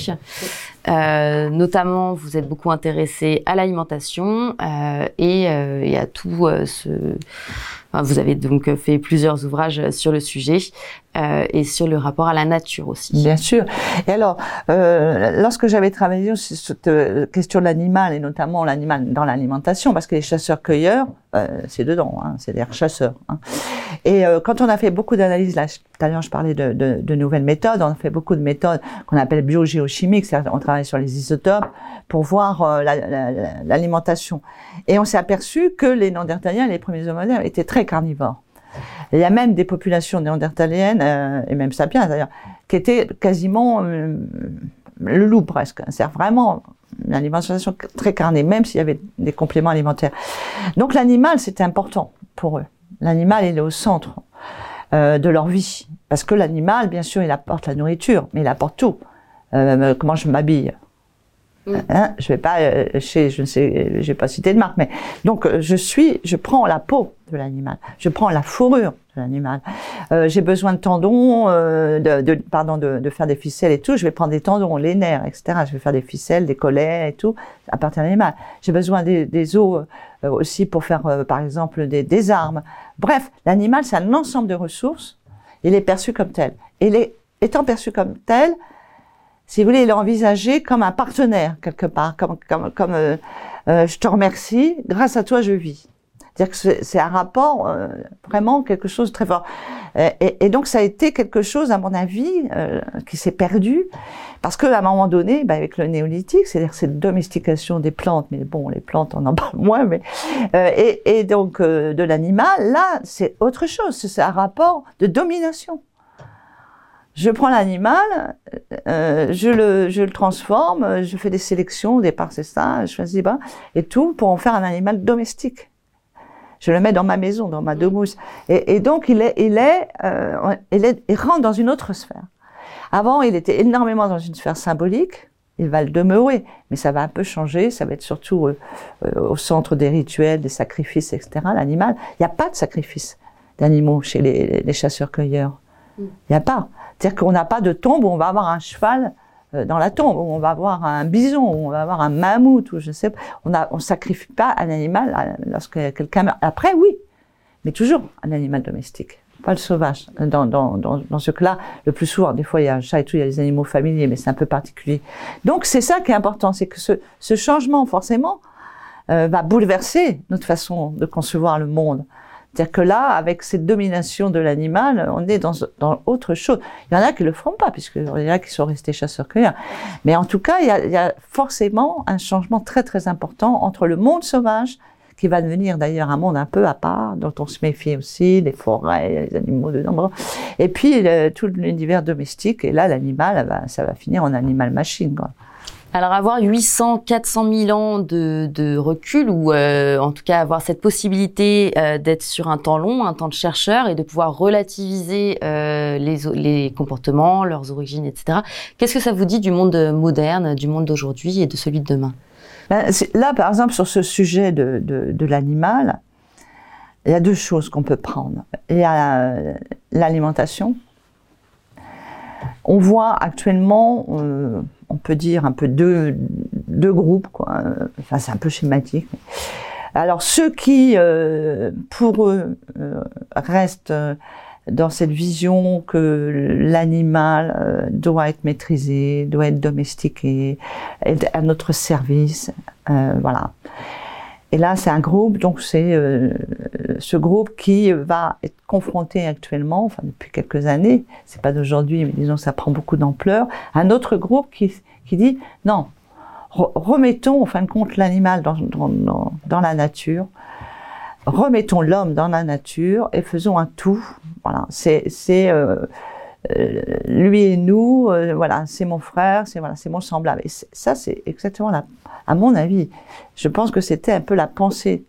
Euh, notamment, vous êtes beaucoup intéressé à l'alimentation euh, et, euh, et à tout euh, ce... Enfin, vous avez donc fait plusieurs ouvrages sur le sujet euh, et sur le rapport à la nature aussi. Bien sûr. Et alors, euh, lorsque j'avais travaillé sur cette question de l'animal, et notamment l'animal dans l'alimentation, parce que les chasseurs-cueilleurs, euh, c'est dedans, hein, c'est des chasseurs. Hein. Et euh, quand on a fait beaucoup d'analyses, là, tout à l'heure je parlais de, de, de nouvelles méthodes, on a fait beaucoup de méthodes qu'on appelle biogéochimiques, c'est-à-dire on travaille sur les isotopes pour voir euh, la, la, la, l'alimentation. Et on s'est aperçu que les Néandertaliens, les premiers hommes modernes, étaient très carnivores. Et il y a même des populations néandertaliennes, euh, et même sapiens d'ailleurs, qui étaient quasiment euh, le loup presque. C'est vraiment une alimentation très carnée, même s'il y avait des compléments alimentaires. Donc l'animal, c'était important pour eux. L'animal, il est au centre euh, de leur vie. Parce que l'animal, bien sûr, il apporte la nourriture, mais il apporte tout. Euh, comment je m'habille? Hein, je vais pas euh, chez, je ne sais, je vais pas citer de marque, mais donc je suis, je prends la peau de l'animal, je prends la fourrure de l'animal. Euh, j'ai besoin de tendons, euh, de, de, pardon, de, de faire des ficelles et tout. Je vais prendre des tendons, les nerfs, et cetera. Je vais faire des ficelles, des collets et tout à partir de l'animal. J'ai besoin des, des os euh, aussi pour faire, euh, par exemple, des, des armes. Bref, l'animal, c'est un ensemble de ressources. Il est perçu comme tel. Et les, étant perçu comme tel, si vous voulez, il est envisagé comme un partenaire, quelque part, comme, comme, comme euh, euh, je te remercie, grâce à toi, je vis. C'est-à-dire que c'est, c'est un rapport, euh, vraiment quelque chose de très fort. Et, et, et donc, ça a été quelque chose, à mon avis, euh, qui s'est perdu, parce qu'à un moment donné, bah, avec le néolithique, c'est-à-dire cette domestication des plantes, mais bon, les plantes, on en parle moins, mais euh, et, et donc euh, de l'animal, là, c'est autre chose, c'est un rapport de domination. Je prends l'animal, euh, je le, je le transforme, je fais des sélections, au départ c'est ça, je choisis ben, et tout pour en faire un animal domestique. Je le mets dans ma maison, dans ma demouse. Et, et donc il est, il est, euh, il est, il rentre dans une autre sphère. Avant, il était énormément dans une sphère symbolique. Il va le demeurer, mais ça va un peu changer. Ça va être surtout euh, euh, au centre des rituels, des sacrifices, et cetera. L'animal, il n'y a pas de sacrifice d'animaux chez les, les chasseurs-cueilleurs. Il n'y a pas. C'est-à-dire qu'on n'a pas de tombe où on va avoir un cheval euh, dans la tombe, où on va avoir un bison, où on va avoir un mammouth, ou je sais pas. On a, on sacrifie pas un animal euh, lorsque quelqu'un meurt. Après, oui, mais toujours un animal domestique, pas le sauvage. Dans, dans, dans, dans ce cas-là, le plus souvent, des fois il y a un chat et tout, il y a des animaux familiers, mais c'est un peu particulier. Donc c'est ça qui est important, c'est que ce, ce changement, forcément, euh, va bouleverser notre façon de concevoir le monde. C'est-à-dire que là, avec cette domination de l'animal, on est dans, dans autre chose. Il y en a qui le feront pas, puisqu'il y en a qui sont restés chasseurs-cueilleurs. Mais en tout cas, il y, a, il y a forcément un changement très très important entre le monde sauvage, qui va devenir d'ailleurs un monde un peu à part, dont on se méfie aussi, les forêts, les animaux dedans. Et puis le, tout l'univers domestique, et là l'animal, bah, ça va finir en animal-machine, quoi. Alors avoir huit cents, quatre cent mille ans de, de recul, ou euh, en tout cas avoir cette possibilité euh, d'être sur un temps long, un temps de chercheur, et de pouvoir relativiser euh, les, les comportements, leurs origines, et cetera. Qu'est-ce que ça vous dit du monde moderne, du monde d'aujourd'hui et de celui de demain? Ben, là, par exemple, sur ce sujet de, de, de l'animal, il y a deux choses qu'on peut prendre. Il y a l'alimentation. On voit actuellement, euh, on peut dire un peu deux, deux groupes, quoi. Enfin, c'est un peu schématique. Alors, ceux qui, euh, pour eux, euh, restent dans cette vision que l'animal euh, doit être maîtrisé, doit être domestiqué, être à notre service, euh, voilà. Et là, c'est un groupe, donc c'est euh, ce groupe qui va être confronté actuellement, enfin depuis quelques années, c'est pas d'aujourd'hui, mais disons ça prend beaucoup d'ampleur, un autre groupe qui, qui dit non, re remettons en fin de compte l'animal dans, dans, dans, dans la nature, remettons l'homme dans la nature et faisons un tout. Voilà, c'est c'est euh, euh, lui et nous, euh, voilà, c'est mon frère, c'est voilà, c'est mon semblable. Et ça, c'est exactement la, à mon avis, je pense que c'était un peu la pensée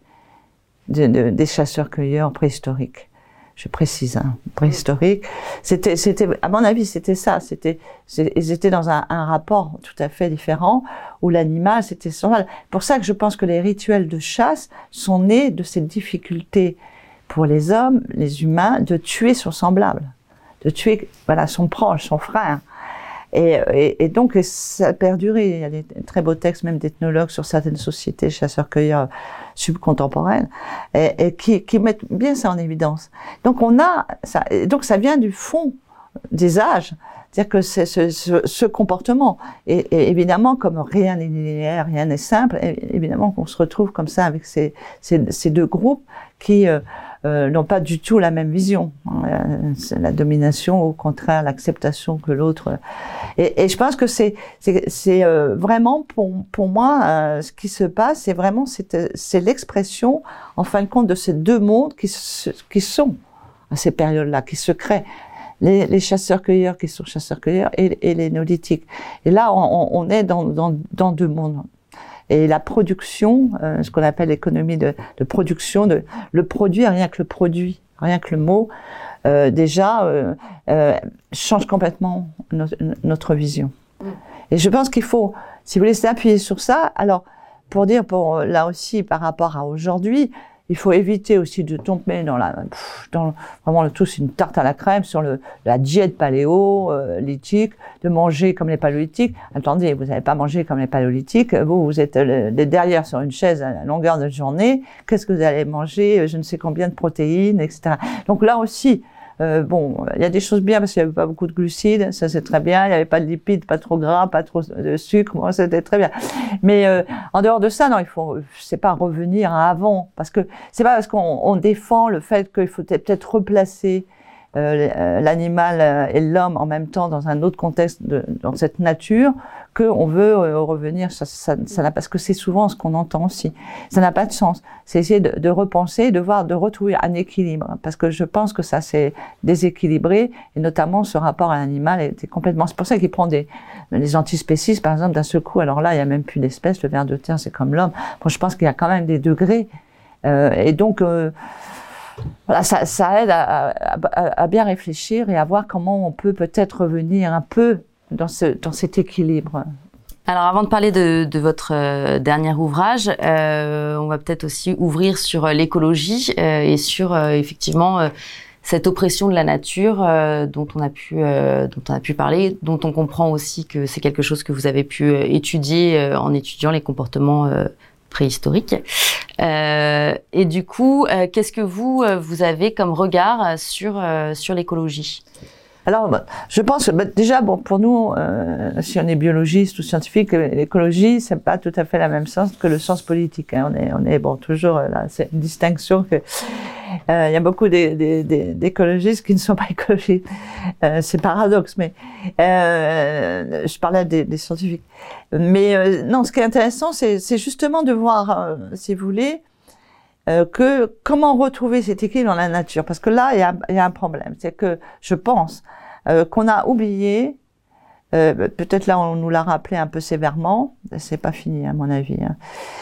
de, de, des chasseurs-cueilleurs préhistoriques. Je précise, hein, préhistorique. C'était, c'était, à mon avis, c'était ça. C'était, ils étaient dans un, un rapport tout à fait différent où l'animal, c'était semblable. Pour ça que je pense que les rituels de chasse sont nés de cette difficulté pour les hommes, les humains, de tuer son semblable, de tuer, voilà, son proche, son frère. Et, et, et donc, ça a perduré. Il y a des très beaux textes, même d'ethnologues, sur certaines sociétés chasseurs-cueilleurs subcontemporaines, et, et qui, qui mettent bien ça en évidence. Donc, on a ça. Et donc, ça vient du fond des âges. C'est-à-dire que c'est ce, ce, ce comportement. Et, et évidemment, comme rien n'est linéaire, rien n'est simple, évidemment qu'on se retrouve comme ça avec ces, ces, ces deux groupes qui euh, euh, n'ont pas du tout la même vision. Euh, la domination, au contraire, l'acceptation que l'autre. Et, et je pense que c'est, c'est, c'est euh, vraiment pour, pour moi euh, ce qui se passe, c'est vraiment c'est, c'est l'expression, en fin de compte, de ces deux mondes qui, se, qui sont à ces périodes-là, qui se créent. Les, les chasseurs-cueilleurs qui sont chasseurs-cueilleurs et, et les néolithiques. Et là, on, on est dans, dans, dans deux mondes. Et la production, euh, ce qu'on appelle l'économie de, de production, de, le produit, rien que le produit, rien que le mot, euh, déjà euh, euh, change complètement no, notre vision. Et je pense qu'il faut, si vous voulez, s'appuyer sur ça. Alors, pour dire, pour là aussi, par rapport à aujourd'hui, il faut éviter aussi de tomber dans la, dans vraiment le tout, c'est une tarte à la crème sur le, la diète paléolithique, de manger comme les paléolithiques. Attendez, vous n'avez pas mangé comme les paléolithiques. Vous, vous êtes le, derrière sur une chaise à la longueur de journée. Qu'est-ce que vous allez manger? Je ne sais combien de protéines, et cetera. Donc là aussi, Euh, bon, il y a des choses bien parce qu'il n'y avait pas beaucoup de glucides, ça c'est très bien. Il n'y avait pas de lipides, pas trop gras, pas trop de sucre, moi c'était très bien. Mais euh, en dehors de ça, non, il faut, c'est pas revenir à avant, parce que c'est pas parce qu'on on défend le fait qu'il faut peut-être replacer euh, l'animal et l'homme en même temps dans un autre contexte, de, dans cette nature, qu'on veut euh, revenir. Ça, ça, ça n'a, parce que c'est souvent ce qu'on entend aussi. Ça n'a pas de sens. C'est essayer de, de repenser, de voir, de retrouver un équilibre, parce que je pense que ça s'est déséquilibré, et notamment ce rapport à l'animal était complètement. C'est pour ça qu'il prend des les antispécistes, par exemple, d'un seul coup. Alors là, il y a même plus d'espèces. Le ver de terre, c'est comme l'homme. Bon, je pense qu'il y a quand même des degrés, euh, et donc. Euh, Voilà, ça, ça aide à, à, à bien réfléchir et à voir comment on peut peut-être revenir un peu dans, ce, dans cet équilibre. Alors, avant de parler de, de votre euh, dernier ouvrage, euh, on va peut-être aussi ouvrir sur l'écologie euh, et sur euh, effectivement euh, cette oppression de la nature euh, dont on a pu euh, dont on a pu parler, dont on comprend aussi que c'est quelque chose que vous avez pu euh, étudier euh, en étudiant les comportements euh, préhistoriques. Euh, et du coup, euh, qu'est-ce que vous euh, vous avez comme regard sur euh, sur l'écologie? Alors, bah, je pense que bah, déjà, bon, pour nous, euh, si on est biologiste ou scientifique, l'écologie, c'est pas tout à fait la même sens que le sens politique. Hein. On est, on est bon, toujours là, c'est une distinction que euh, il y a beaucoup d'écologistes qui ne sont pas écologistes. Euh, c'est paradoxe, mais euh, je parlais des, des scientifiques. Mais euh, non, ce qui est intéressant, c'est justement de voir, euh, si vous voulez, euh, que comment retrouver cet équilibre dans la nature. Parce que là, il y a, il y a un problème. C'est que je pense euh, qu'on a oublié, euh, peut-être là on nous l'a rappelé un peu sévèrement, c'est pas fini à mon avis, hein,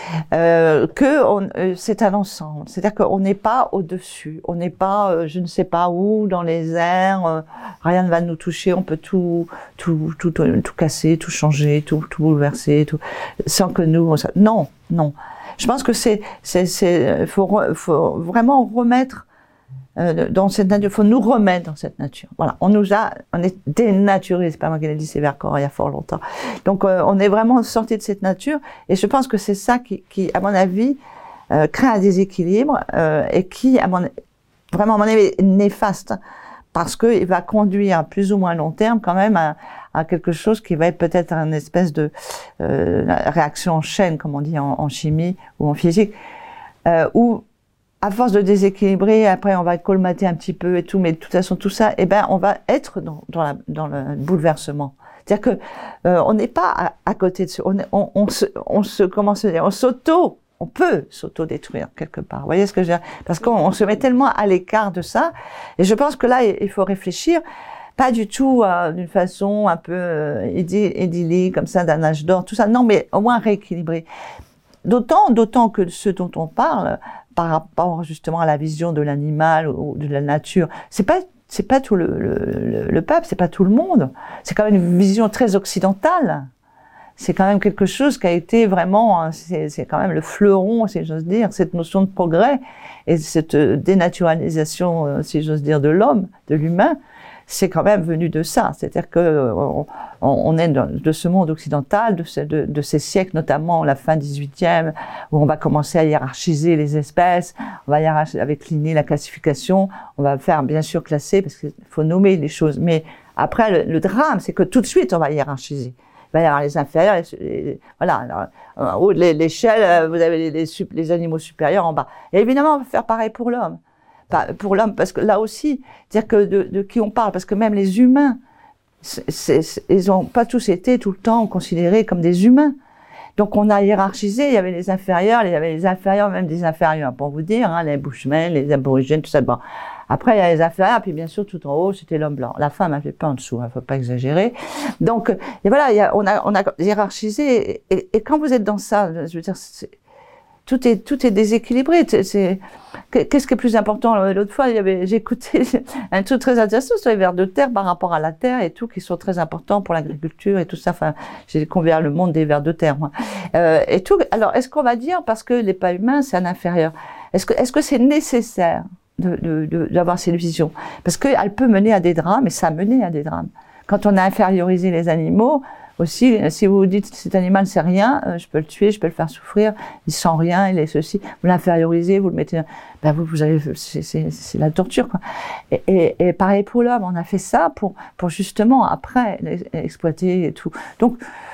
euh, que on, euh, c'est un ensemble. C'est-à-dire qu'on n'est pas au-dessus, on n'est pas, euh, je ne sais pas où, dans les airs, euh, rien ne va nous toucher, on peut tout, tout, tout, tout, tout casser, tout changer, tout, tout bouleverser, tout, sans que nous, on, non, non. Je pense que c'est, c'est, c'est, faut, faut vraiment remettre euh, dans cette nature, faut nous remettre dans cette nature. Voilà, on nous a, on est dénaturé. C'est pas moi qui l'ai dit, c'est Vercors il y a fort longtemps. Donc, euh, on est vraiment sorti de cette nature, et je pense que c'est ça qui, qui, à mon avis, euh, crée un déséquilibre euh, et qui, à mon, vraiment, à mon avis, est néfaste, parce que il va conduire à plus ou moins long terme quand même à, à quelque chose qui va être peut-être une espèce de euh, réaction en chaîne, comme on dit en, en chimie ou en physique, euh, où à force de déséquilibrer, après on va colmater un petit peu et tout, mais de toute façon tout ça, eh ben on va être dans, dans, la, dans le bouleversement. C'est-à-dire que euh, on n'est pas à, à côté de ce, on, on, on se, on se, comment se dire, on s'auto, on peut s'auto-détruire quelque part. Vous voyez ce que je veux dire? Parce qu'on on se met tellement à l'écart de ça, et je pense que là il faut réfléchir. Pas du tout euh, d'une façon un peu euh, idyllique, comme ça, d'un âge d'or, tout ça. Non, mais au moins rééquilibré. D'autant, d'autant que ce dont on parle, par rapport justement à la vision de l'animal ou de la nature, c'est pas, c'est pas tout le, le, le peuple, c'est pas tout le monde. C'est quand même une vision très occidentale. C'est quand même quelque chose qui a été vraiment, c'est, c'est quand même le fleuron, si j'ose dire, cette notion de progrès et cette dénaturalisation, si j'ose dire, de l'homme, de l'humain. C'est quand même venu de ça, c'est-à-dire que on, on est de, de ce monde occidental, de, ce, de, de ces siècles, notamment la fin dix-huitième, où on va commencer à hiérarchiser les espèces, on va hiérarchiser avec l'I N I, la classification, on va faire bien sûr classer parce qu'il faut nommer les choses, mais après le, le drame, c'est que tout de suite on va hiérarchiser. Il va y avoir les inférieurs, les, les, voilà, alors, en haut de l'échelle, vous avez les, les, les animaux supérieurs en bas. Et évidemment, on va faire pareil pour l'homme. Pour l'homme, parce que là aussi, c'est-à-dire que de, de qui on parle, parce que même les humains, c'est, c'est, ils n'ont pas tous été tout le temps considérés comme des humains. Donc on a hiérarchisé, il y avait les inférieurs, il y avait les inférieurs, même des inférieurs, pour vous dire, hein, les Bushmen, les aborigènes, tout ça. Bon. Après, il y a les inférieurs, puis bien sûr, tout en haut, c'était l'homme blanc. La femme n'avait pas en dessous, il hein, faut pas exagérer. Donc, et voilà, il y a, on a, on a hiérarchisé, et, et, et quand vous êtes dans ça, je veux dire, c'est, tout est, tout est déséquilibré. C'est, c'est, qu'est-ce qui est plus important? L'autre fois, il y avait, j'ai écouté un truc très intéressant sur les vers de terre par rapport à la terre et tout, qui sont très importants pour l'agriculture et tout ça. Enfin, j'ai découvert le monde des vers de terre, moi. Euh, et tout. Alors, est-ce qu'on va dire, parce que les pas humains, c'est un inférieur? Est-ce que, est-ce que c'est nécessaire de, de, de, d'avoir cette vision? Parce qu'elle peut mener à des drames, et ça a mené à des drames. Quand on a infériorisé les animaux, aussi, si vous vous dites cet animal c'est rien, euh, je peux le tuer, je peux le faire souffrir, il sent rien, il est ceci, vous l'infériorisez, vous le mettez, ben vous, vous avez, c'est, c'est, c'est la torture quoi. Et, et, et pareil pour l'homme, on a fait ça pour pour justement après l'exploiter et tout. Donc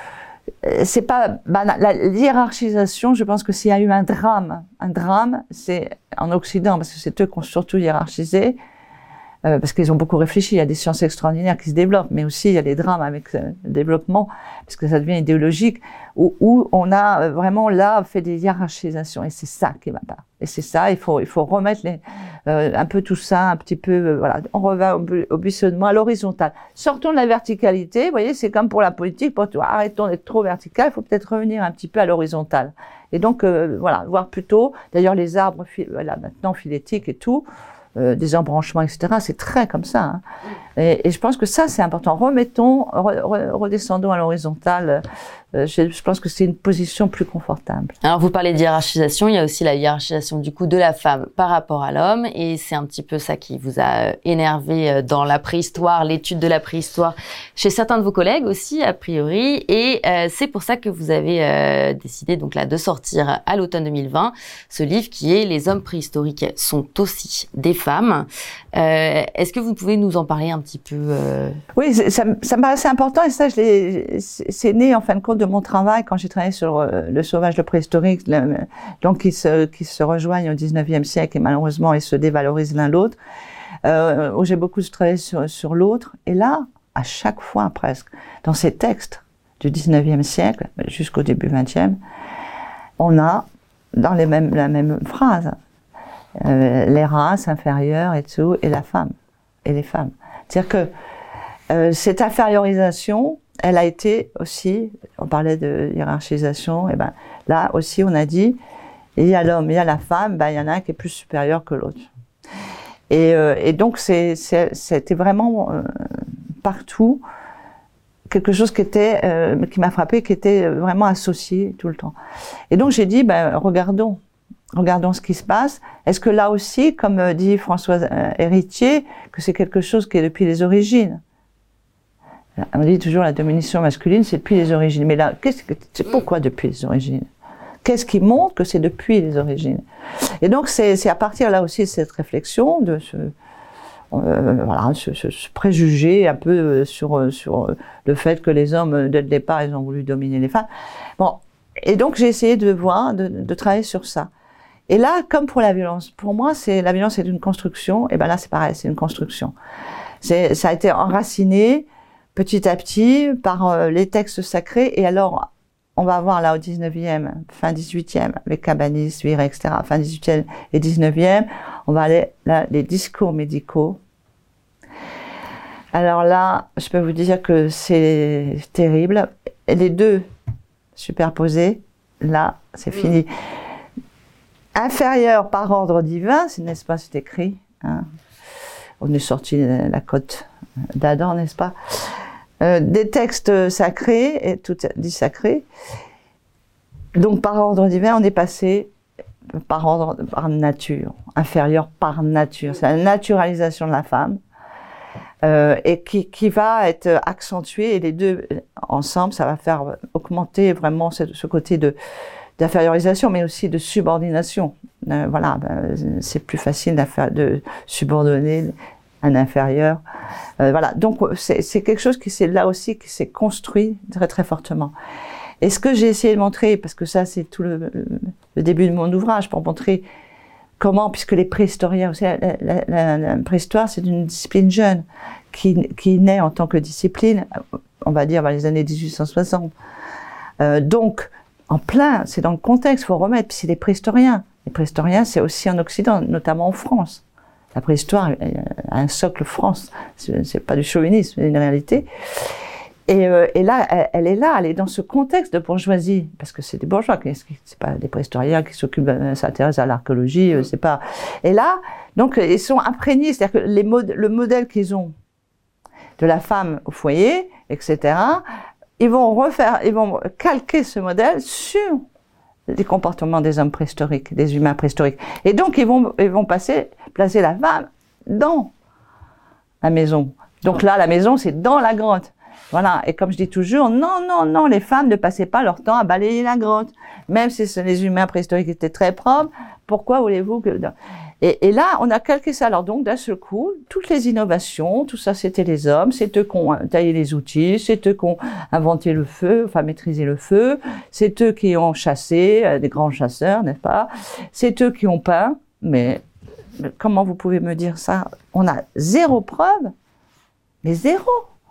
c'est pas banal. La hiérarchisation, je pense que s'il y a eu un drame, un drame, c'est en Occident parce que c'est eux qui ont surtout hiérarchisé. Euh, parce qu'ils ont beaucoup réfléchi, il y a des sciences extraordinaires qui se développent, mais aussi il y a des drames avec euh, le développement, parce que ça devient idéologique, où, où on a euh, vraiment là fait des hiérarchisations, et c'est ça qui va pas. Et c'est ça, il faut il faut remettre les, euh, un peu tout ça, un petit peu, euh, voilà, on revient au, au buissonnement, à l'horizontal. Sortons de la verticalité, vous voyez, c'est comme pour la politique, pour tout, arrêtons d'être trop vertical, il faut peut-être revenir un petit peu à l'horizontal. Et donc, euh, voilà, voir plutôt, d'ailleurs les arbres, là maintenant phylétiques et tout, Euh, des embranchements, et cetera. C'est très comme ça. Hein. Et, et je pense que ça, c'est important. Remettons, re, re, redescendons à l'horizontale. Euh, je, je pense que c'est une position plus confortable. Alors, vous parlez de hiérarchisation. Il y a aussi la hiérarchisation du coup de la femme par rapport à l'homme. Et c'est un petit peu ça qui vous a énervé dans la préhistoire, l'étude de la préhistoire, chez certains de vos collègues aussi, a priori. Et euh, c'est pour ça que vous avez euh, décidé donc là de sortir à l'automne deux mille vingt ce livre qui est Les hommes préhistoriques sont aussi des femmes. Euh, est-ce que vous pouvez nous en parler un petit peu euh... Oui, ça, ça me paraissait important et ça, je l'ai, c'est né en fin de compte de mon travail quand j'ai travaillé sur euh, le sauvage, le préhistorique, le, donc qui se, qui se rejoignent au dix-neuvième siècle et malheureusement ils se dévalorisent l'un l'autre, euh, où j'ai beaucoup travaillé sur, sur l'autre. Et là, à chaque fois presque, dans ces textes du dix-neuvième siècle jusqu'au début vingtième, on a dans les mêmes, la même phrase, euh, les races inférieures et tout, et la femme, et les femmes. C'est-à-dire que euh, cette infériorisation, elle a été aussi, on parlait de hiérarchisation, et ben là aussi on a dit, il y a l'homme, il y a la femme, ben il y en a un qui est plus supérieur que l'autre. Et, euh, et donc c'est, c'est, c'était vraiment euh, partout quelque chose qui était, euh, qui m'a frappé, qui était vraiment associé tout le temps. Et donc j'ai dit, ben regardons, regardons ce qui se passe. Est-ce que là aussi, comme dit Françoise euh, Héritier, que c'est quelque chose qui est depuis les origines? On dit toujours la domination masculine, c'est depuis les origines. Mais là, qu'est-ce que, c'est pourquoi depuis les origines? Qu'est-ce qui montre que c'est depuis les origines? Et donc, c'est, c'est à partir là aussi de cette réflexion, de ce, euh, voilà, ce, ce, ce préjugé un peu sur, sur le fait que les hommes, dès le départ, ils ont voulu dominer les femmes. Bon. Et donc, j'ai essayé de voir, de, de travailler sur ça. Et là, comme pour la violence, pour moi, c'est, la violence est une construction, et ben là, c'est pareil, c'est une construction. C'est, ça a été enraciné, petit à petit, par euh, les textes sacrés. Et alors, on va voir là au dix-neuvième, fin dix-huitième, avec Cabanis, Viret, et cetera, fin dix-huitième et dix-neuvième, on va aller là, les discours médicaux. Alors là, je peux vous dire que c'est terrible. Les deux superposés, là, c'est mmh. fini. Inférieur par ordre divin, c'est, n'est-ce pas, c'est écrit. Hein. On est sorti de la côte d'Adam, n'est-ce pas? Euh, des textes sacrés, et tout dit sacré. Donc par ordre divin, on est passé par ordre, par nature, inférieur par nature. C'est la naturalisation de la femme, euh, et qui, qui va être accentuée, et les deux ensemble, ça va faire augmenter vraiment ce, ce côté de d'infériorisation, mais aussi de subordination. Euh, voilà, ben, c'est plus facile de subordonner un inférieur. Euh, voilà, donc c'est, c'est quelque chose qui c'est là aussi qui s'est construit très très fortement. Et ce que j'ai essayé de montrer, parce que ça c'est tout le, le début de mon ouvrage, pour montrer comment, puisque les préhistoriens, vous savez, la, la, la, la préhistoire c'est une discipline jeune qui, qui naît en tant que discipline, on va dire dans les années dix-huit cent soixante. Euh, donc en plein, c'est dans le contexte, il faut remettre, puis c'est les préhistoriens. Les préhistoriens, c'est aussi en Occident, notamment en France. La préhistoire a un socle France, c'est, c'est pas du chauvinisme, c'est une réalité. Et, euh, et là, elle, elle est là, elle est dans ce contexte de bourgeoisie, parce que c'est des bourgeois, c'est pas des préhistoriens qui s'occupent, s'intéressent à l'archéologie, c'est pas. Et là, donc ils sont imprégnés, c'est-à-dire que les mod- le modèle qu'ils ont de la femme au foyer, et cetera. Ils vont refaire, ils vont calquer ce modèle sur les comportements des hommes préhistoriques, des humains préhistoriques. Et donc, ils vont, ils vont passer, placer la femme dans la maison. Donc là, la maison, c'est dans la grotte. Voilà. Et comme je dis toujours, non, non, non, les femmes ne passaient pas leur temps à balayer la grotte. Même si les humains préhistoriques étaient très propres, pourquoi voulez-vous que... Et, et là, on a calqué ça. Alors donc, d'un seul coup, toutes les innovations, tout ça, c'était les hommes, c'est eux qui ont taillé les outils, c'est eux qui ont inventé le feu, enfin maîtrisé le feu, c'est eux qui ont chassé, euh, des grands chasseurs, n'est-ce pas? C'est eux qui ont peint, mais, mais comment vous pouvez me dire ça? On a zéro preuve, mais zéro.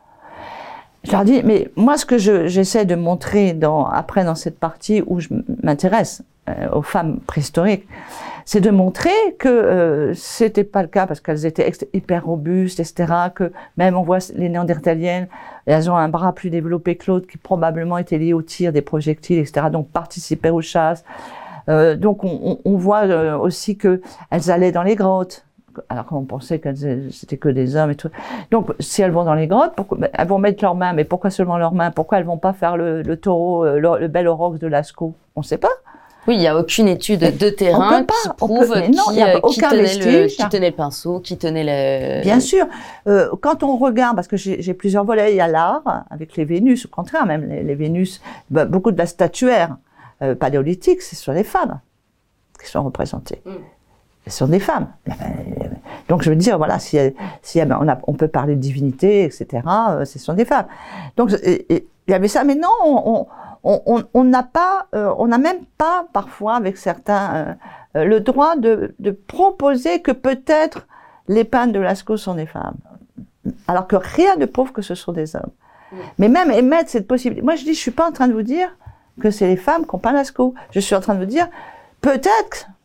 Je leur dis, mais moi, ce que je, j'essaie de montrer dans, après dans cette partie où je m'intéresse euh, aux femmes préhistoriques, c'est de montrer que euh, c'était pas le cas parce qu'elles étaient hyper robustes, et cetera. Que même on voit les néandertaliennes, elles ont un bras plus développé que l'autre qui probablement était lié au tir des projectiles, et cetera. Donc participaient aux chasses. Euh, donc on, on, on voit euh, aussi que elles allaient dans les grottes. Alors qu'on pensait que c'était que des hommes et tout. Donc, si elles vont dans les grottes, pourquoi, elles vont mettre leurs mains, mais pourquoi seulement leurs mains? Pourquoi elles vont pas faire le, le taureau, le, le bel aurochs de Lascaux? On ne sait pas. Oui, il n'y a aucune étude de terrain qui prouve peut, non, qui, euh, qui, tenait le, qui tenait le pinceau, qui tenait le... Bien sûr. Euh, quand on regarde, parce que j'ai, j'ai plusieurs volets, il y a l'art, avec les Vénus, au contraire, même les, les Vénus, bah, beaucoup de la statuaire euh, paléolithique, c'est sur les femmes qui sont représentées. Mm. Ce sont des femmes. Donc je veux dire, voilà, si, si on, a, on peut parler de divinité, et cetera, euh, ce sont des femmes. Donc il y avait ça, mais non, on on on n'a pas, euh, on n'a même pas parfois avec certains euh, le droit de, de proposer que peut-être les peintres de Lascaux sont des femmes, alors que rien ne prouve que ce sont des hommes. Mmh. Mais même émettre cette possibilité. Moi je dis, je suis pas en train de vous dire que c'est les femmes qui ont peint Lascaux. Je suis en train de vous dire, peut-être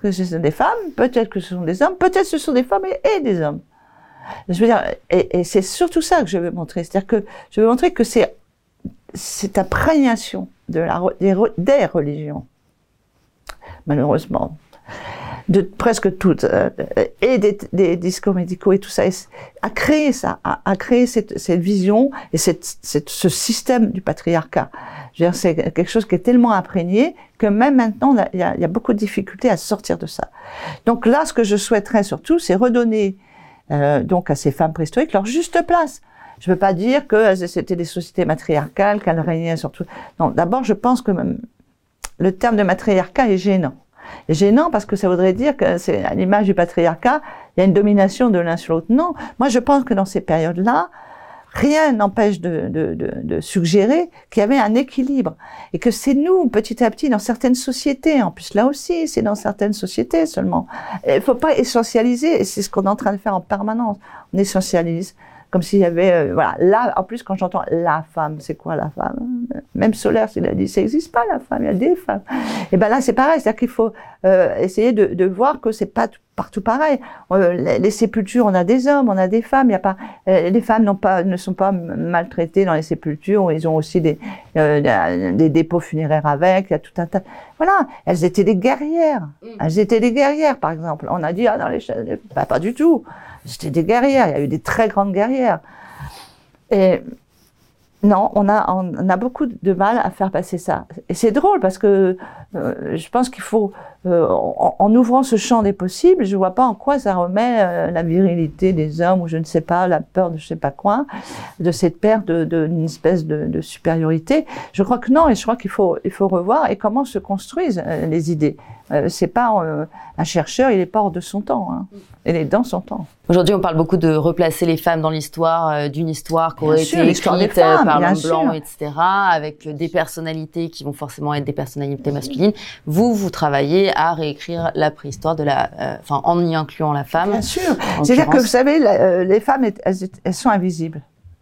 que ce sont des femmes, peut-être que ce sont des hommes, peut-être que ce sont des femmes et, et des hommes. Je veux dire, et, et c'est surtout ça que je veux montrer. C'est-à-dire que je veux montrer que c'est cette imprégnation de la, des, des religions, malheureusement, de presque toutes, euh, et des, des discours médicaux et tout ça, a créé ça, a, a créé cette, cette vision et cette, cette, ce système du patriarcat. Je veux dire, c'est quelque chose qui est tellement imprégné que même maintenant, il y a, il y a beaucoup de difficultés à sortir de ça. Donc là, ce que je souhaiterais surtout, c'est redonner euh, donc à ces femmes préhistoriques leur juste place. Je ne veux pas dire que c'était des sociétés matriarcales, qu'elles régnaient sur tout. Non, d'abord, je pense que même le terme de matriarcat est gênant. C'est gênant parce que ça voudrait dire que c'est à l'image du patriarcat, il y a une domination de l'un sur l'autre. Non, moi je pense que dans ces périodes-là, rien n'empêche de, de, de, de suggérer qu'il y avait un équilibre et que c'est nous, petit à petit, dans certaines sociétés, en plus là aussi, c'est dans certaines sociétés seulement. Il ne faut pas essentialiser, et c'est ce qu'on est en train de faire en permanence. On essentialise. Comme s'il y avait, euh, voilà, là, en plus, quand j'entends la femme, c'est quoi la femme? Même Solaire, il a dit, ça n'existe pas la femme, il y a des femmes. Et ben là, c'est pareil, c'est-à-dire qu'il faut euh, essayer de, de voir que c'est pas tout, partout pareil. Euh, les, les sépultures, on a des hommes, on a des femmes, il y a pas, euh, les femmes n'ont pas, ne sont pas maltraitées dans les sépultures, ils ont aussi des, euh, des dépôts funéraires avec, il y a tout un tas. Voilà, elles étaient des guerrières. Elles étaient des guerrières, par exemple. On a dit, ah, dans les chaînes, bah, pas du tout. C'était des guerrières, il y a eu des très grandes guerrières. Et non, on a, on a beaucoup de mal à faire passer ça. Et c'est drôle parce que euh, je pense qu'il faut, euh, en, en ouvrant ce champ des possibles, je vois pas en quoi ça remet euh, la virilité des hommes ou je ne sais pas, la peur de je sais pas quoi, de cette perte de, de, d'une espèce de, de supériorité. Je crois que non, et je crois qu'il faut, il faut revoir et comment se construisent euh, les idées. Euh, c'est pas euh, un chercheur, il est pas hors de son temps, hein. Il est dans son temps. Aujourd'hui, on parle beaucoup de replacer les femmes dans l'histoire, euh, d'une histoire qui aurait bien été sûr, écrite femmes, par l'homme sûr. blanc, et cetera, avec des personnalités qui vont forcément être des personnalités masculines. Vous, vous travaillez à réécrire la préhistoire de la, euh, enfin, en y incluant la femme. Bien sûr. C'est-à-dire que vous savez, la, euh, les femmes, elles, elles sont invisibles.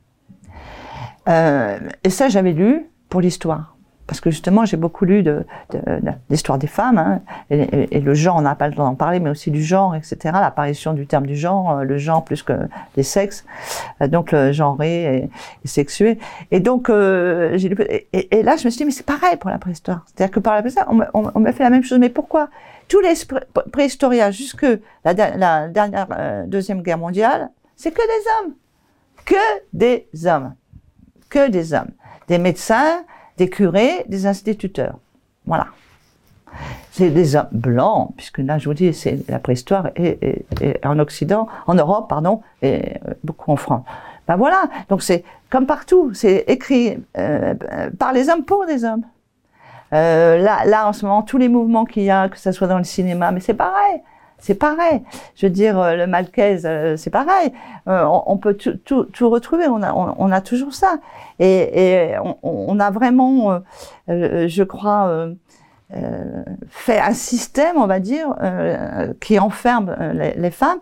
Euh, et ça, j'avais lu pour l'histoire. Parce que justement, j'ai beaucoup lu de, de, de l'histoire des femmes, hein, et, et, et le genre, on n'a pas le temps d'en parler, mais aussi du genre, et cetera. L'apparition du terme du genre, le genre plus que les sexes, donc le genré et, et sexué. Et donc, euh, j'ai lu, et, et, et là, je me suis dit, mais c'est pareil pour la préhistoire. C'est-à-dire que par la préhistoire, on, on, on m'a fait la même chose. Mais pourquoi? Tous les préhistoriens, jusque la, la dernière euh, deuxième guerre mondiale, c'est que des hommes, que des hommes, que des hommes, des médecins, des curés, des instituteurs. Voilà. C'est des hommes blancs, puisque là, je vous dis, c'est la préhistoire et, et, et en Occident, en Europe, pardon, et beaucoup en France. Ben voilà. Donc c'est comme partout, c'est écrit euh, par les hommes pour des hommes. Euh, là, là, en ce moment, tous les mouvements qu'il y a, que ce soit dans le cinéma, mais c'est pareil. C'est pareil. Je veux dire, le Malkaise, c'est pareil. Euh, on, on peut tout, tout, tout retrouver. On a, on, on a toujours ça. Et, et on, on a vraiment, euh, je crois, euh, euh, fait un système, on va dire, euh, qui enferme les, les femmes.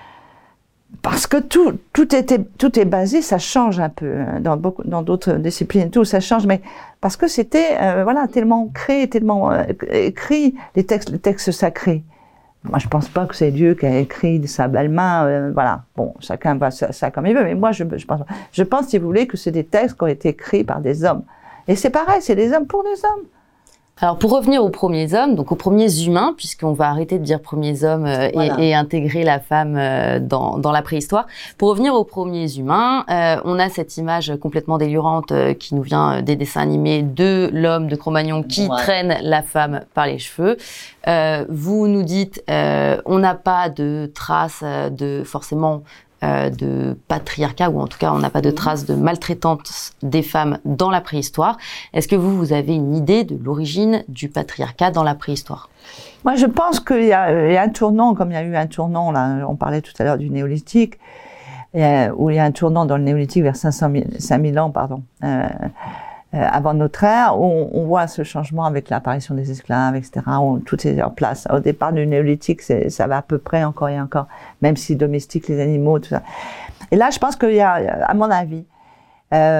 Parce que tout, tout, était, tout est basé, ça change un peu dans beaucoup, dans d'autres disciplines, tout ça change, mais parce que c'était, euh, voilà, tellement créé, tellement euh, écrit, les textes, les textes sacrés. Moi, je pense pas que c'est Dieu qui a écrit de sa belle main, euh, voilà. Bon, chacun voit ça, ça comme il veut, mais moi, je, je pense, je pense, si vous voulez, que c'est des textes qui ont été écrits par des hommes. Et c'est pareil, c'est des hommes pour des hommes. Alors, pour revenir aux premiers hommes, donc aux premiers humains, puisqu'on va arrêter de dire premiers hommes euh, voilà. et, et intégrer la femme euh, dans, dans la préhistoire. Pour revenir aux premiers humains, euh, on a cette image complètement délirante euh, qui nous vient des dessins animés de l'homme de Cro-Magnon qui ouais. traîne la femme par les cheveux. Euh, vous nous dites, euh, on n'a pas de traces de forcément Euh, de patriarcat, ou en tout cas on n'a pas de traces de maltraitance des femmes dans la préhistoire. Est-ce que vous, vous avez une idée de l'origine du patriarcat dans la préhistoire? Moi je pense qu'il y a, il y a un tournant, comme il y a eu un tournant, là, on parlait tout à l'heure du néolithique, et, où il y a un tournant dans le néolithique vers cinq mille ans, pardon, euh, Euh, avant notre ère, où on, on voit ce changement avec l'apparition des esclaves, et cetera, où tout est en place. Au départ du néolithique, c'est, ça va à peu près encore et encore, même si domestique les animaux, tout ça. Et là, je pense qu'il y a, à mon avis,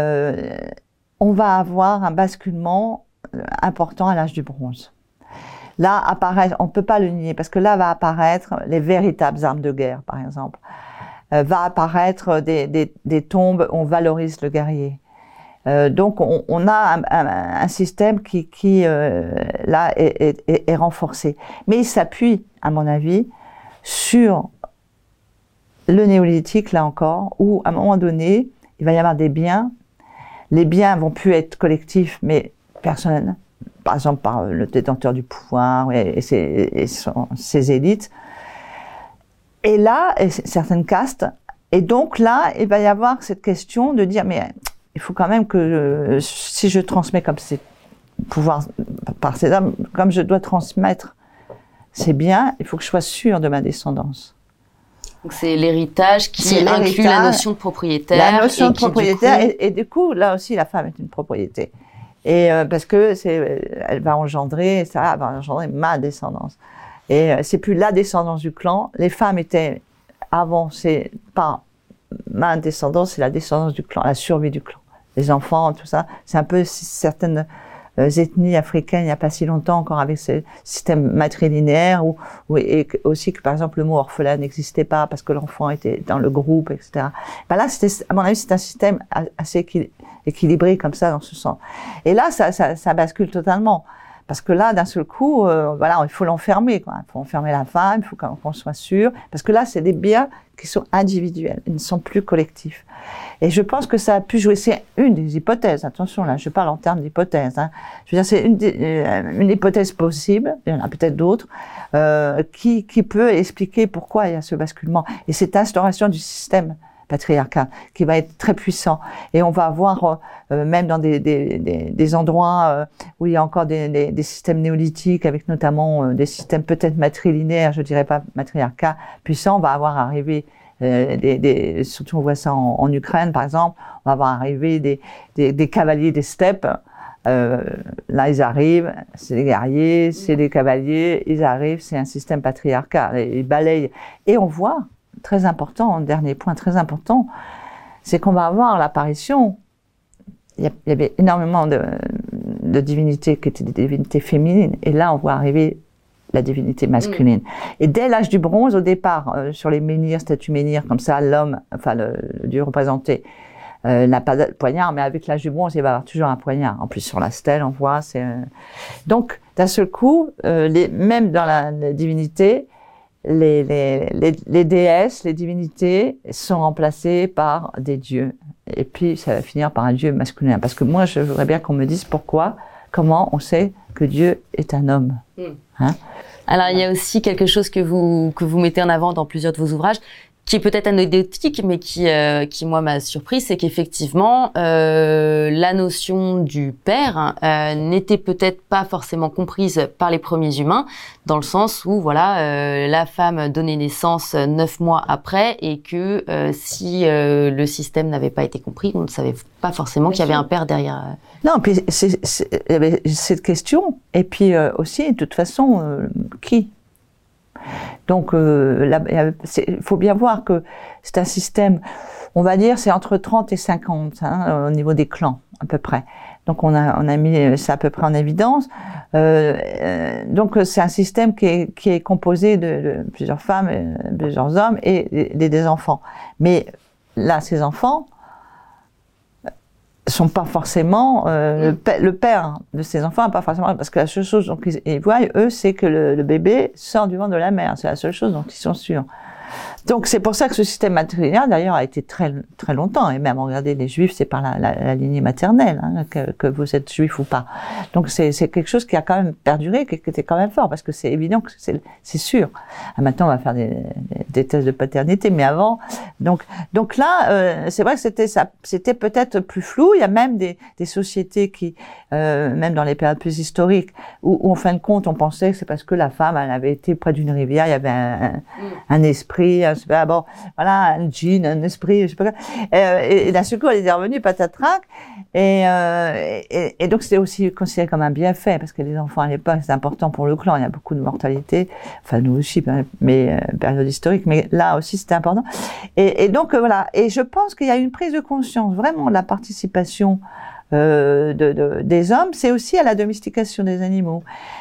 euh, on va avoir un basculement important à l'âge du bronze. là apparaît, on peut pas le nier, parce que là va apparaître les véritables armes de guerre, par exemple. Euh, va apparaître des, des, des tombes où on valorise le guerrier. Euh, donc on, on a un, un, un système qui, qui euh, là est, est, est renforcé, mais il s'appuie, à mon avis, sur le néolithique, là encore, où à un moment donné, il va y avoir des biens. Les biens vont plus être collectifs, mais personnels. Par exemple, par le détenteur du pouvoir et, et, ses, et son, ses élites. Et là, et certaines castes. Et donc là, il va y avoir cette question de dire, mais il faut quand même que euh, si je transmets comme ces pouvoirs par ces hommes, comme je dois transmettre ces biens, il faut que je sois sûr de ma descendance. Donc c'est l'héritage qui c'est inclut la notion de propriétaire. La notion et de propriétaire, qui, du coup... et, et du coup, là aussi, la femme est une propriété. Et euh, parce que c'est, elle va engendrer, ça va engendrer ma descendance. Et euh, c'est plus la descendance du clan. Les femmes étaient avant, c'est pas ma descendance, c'est la descendance du clan, la survie du clan. Les enfants, tout ça, c'est un peu certaines euh, ethnies africaines, il n'y a pas si longtemps encore, avec ce système matrilinéaire, où, où, et aussi que par exemple le mot orphelin n'existait pas parce que l'enfant était dans le groupe, et cetera. Ben là, c'était, à mon avis, c'est un système assez équilibré comme ça, dans ce sens. Et là, ça, ça, ça bascule totalement. Parce que là, d'un seul coup, euh, voilà, il faut l'enfermer, quoi. Il faut enfermer la femme, il faut qu'on, qu'on soit sûr. Parce que là, c'est des biens qui sont individuels, ils ne sont plus collectifs. Et je pense que ça a pu jouer, c'est une des hypothèses, attention, là, je parle en termes d'hypothèse, hein. Je veux dire, c'est une, une hypothèse possible, il y en a peut-être d'autres, euh, qui, qui peut expliquer pourquoi il y a ce basculement. Et cette instauration du système patriarcat qui va être très puissant, et on va avoir euh, même dans des, des, des, des endroits euh, où il y a encore des, des, des systèmes néolithiques avec notamment euh, des systèmes peut-être matrilinéaires, je dirais pas matriarcat puissant, on va avoir arrivé euh, des, des, surtout on voit ça en, en Ukraine par exemple, on va avoir arrivé des, des, des cavaliers des steppes. Euh, là ils arrivent, c'est des guerriers, c'est des cavaliers, ils arrivent, c'est un système patriarcal, ils balayent, et on voit très important, un dernier point très important, c'est qu'on va avoir l'apparition, il y, y avait énormément de, de divinités qui étaient des divinités féminines, et là on voit arriver la divinité masculine. Mmh. Et dès l'âge du bronze, au départ, euh, sur les menhirs, statues menhirs, comme ça, l'homme, enfin le, le dieu représenté, euh, n'a pas de poignard, mais avec l'âge du bronze, il va avoir toujours un poignard. En plus, sur la stèle, on voit, c'est... Euh... Donc, d'un seul coup, euh, les, même dans la, la divinité, Les, les, les, les déesses, les divinités sont remplacées par des dieux. Et puis, ça va finir par un dieu masculin. Parce que moi, je voudrais bien qu'on me dise pourquoi, comment on sait que Dieu est un homme. Hein? Alors, il y a aussi quelque chose que vous, que vous mettez en avant dans plusieurs de vos ouvrages, qui est peut-être anecdotique, mais qui, euh, qui moi m'a surpris, c'est qu'effectivement, euh, la notion du père euh, n'était peut-être pas forcément comprise par les premiers humains, dans le sens où voilà, euh, la femme donnait naissance neuf mois après, et que euh, si euh, le système n'avait pas été compris, on ne savait pas forcément Bien qu'il y avait sûr. un père derrière. Non, puis c'est, c'est, il y avait cette question, et puis euh, aussi, de toute façon, euh, qui ? Donc, euh, il faut bien voir que c'est un système, on va dire, c'est entre trente et cinquante hein, au niveau des clans, à peu près. Donc, on a, on a mis ça à peu près en évidence. Euh, euh, donc, c'est un système qui est, qui est composé de, de plusieurs femmes, de plusieurs hommes et des, des enfants. Mais là, ces enfants sont pas forcément euh, le, pa- le père de ces enfants, pas forcément, parce que la seule chose dont ils, ils voient eux, c'est que le, le bébé sort du ventre de la mère. C'est la seule chose dont ils sont sûrs. Donc c'est pour ça que ce système matrilinéaire d'ailleurs a été très très longtemps, et même regardez les juifs, c'est par la, la, la lignée maternelle hein, que, que vous êtes juif ou pas. Donc c'est c'est quelque chose qui a quand même perduré, qui était quand même fort, parce que c'est évident que c'est c'est sûr. Ah, maintenant on va faire des, des tests de paternité, mais avant donc donc là euh, c'est vrai que c'était ça, c'était peut-être plus flou. Il y a même des des sociétés qui euh, même dans les périodes plus historiques où, où en fin de compte on pensait que c'est parce que la femme elle avait été près d'une rivière, il y avait un, un, un esprit, un, ah bon, voilà, un djinn, un esprit, je sais pas quoi. Euh, et, et d'un seul coup, elle est revenue, patatrac. Et, euh, et, et donc, c'était aussi considéré comme un bienfait, parce que les enfants à l'époque, c'est important pour le clan. Il y a beaucoup de mortalité. Enfin, nous aussi, mais euh, période historique. Mais là aussi, c'était important. Et, et donc, euh, voilà. Et je pense qu'il y a une prise de conscience, vraiment, de la participation Euh, de, de, des hommes, c'est aussi à la domestication des animaux.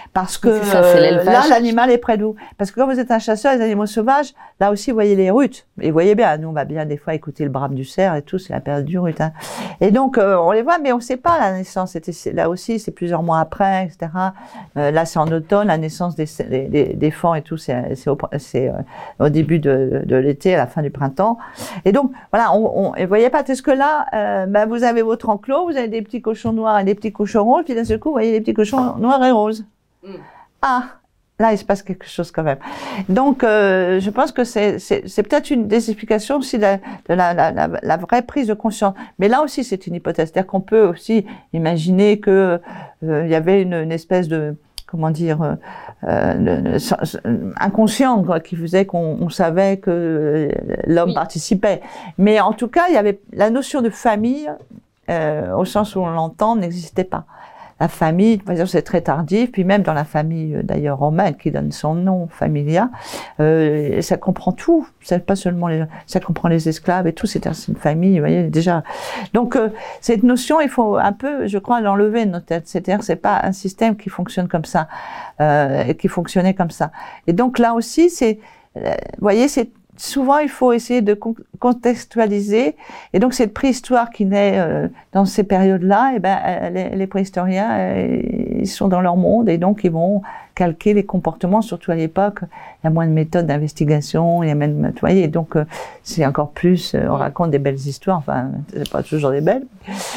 Parce que ça, euh, là, l'animal est près de vous. Parce que quand vous êtes un chasseur, les animaux sauvages, là aussi, vous voyez les rutes. Et vous voyez bien, nous, on va bien des fois écouter le brame du cerf et tout, c'est la période du rut. Hein. Et donc, euh, on les voit, mais on ne sait pas la naissance. C'était, là aussi, c'est plusieurs mois après, et cetera. Euh, là, c'est en automne, la naissance des, des, des, des faons et tout, c'est, c'est, au, c'est euh, au début de, de l'été, à la fin du printemps. Et donc, voilà, on, on, et vous voyez pas, est-ce que là, euh, ben, vous avez votre enclos, vous avez des petits cochons noirs et des petits cochons roses, puis d'un seul coup, vous voyez des petits cochons noirs et roses. Mm. Ah, là, il se passe quelque chose quand même. Donc, euh, je pense que c'est, c'est, c'est peut-être une des explications aussi de, la, de la, la, la, la vraie prise de conscience. Mais là aussi, c'est une hypothèse. C'est-à-dire qu'on peut aussi imaginer que euh, il y avait une, une espèce de, comment dire, euh, euh, inconscient, quoi, qui faisait qu'on on savait que l'homme oui. participait. Mais en tout cas, il y avait la notion de famille, euh, au sens où on l'entend, n'existait pas. La famille, c'est très tardif, puis même dans la famille d'ailleurs romaine qui donne son nom, familia, euh, ça comprend tout, c'est pas seulement les, ça comprend les esclaves et tout, c'est une famille, vous voyez déjà. Donc euh, cette notion, il faut un peu, je crois, l'enlever de notre tête. C'est-à-dire, c'est pas un système qui fonctionne comme ça, euh, et qui fonctionnait comme ça. Et donc là aussi, c'est, euh, vous voyez, c'est souvent, il faut essayer de contextualiser. Et donc, cette préhistoire qui naît euh, dans ces périodes-là, eh ben, les, les préhistoriens, euh, ils sont dans leur monde et donc ils vont calquer les comportements, surtout à l'époque. Il y a moins de méthodes d'investigation, il y a même, vous voyez, donc euh, c'est encore plus, euh, on raconte des belles histoires, enfin, c'est pas toujours des belles.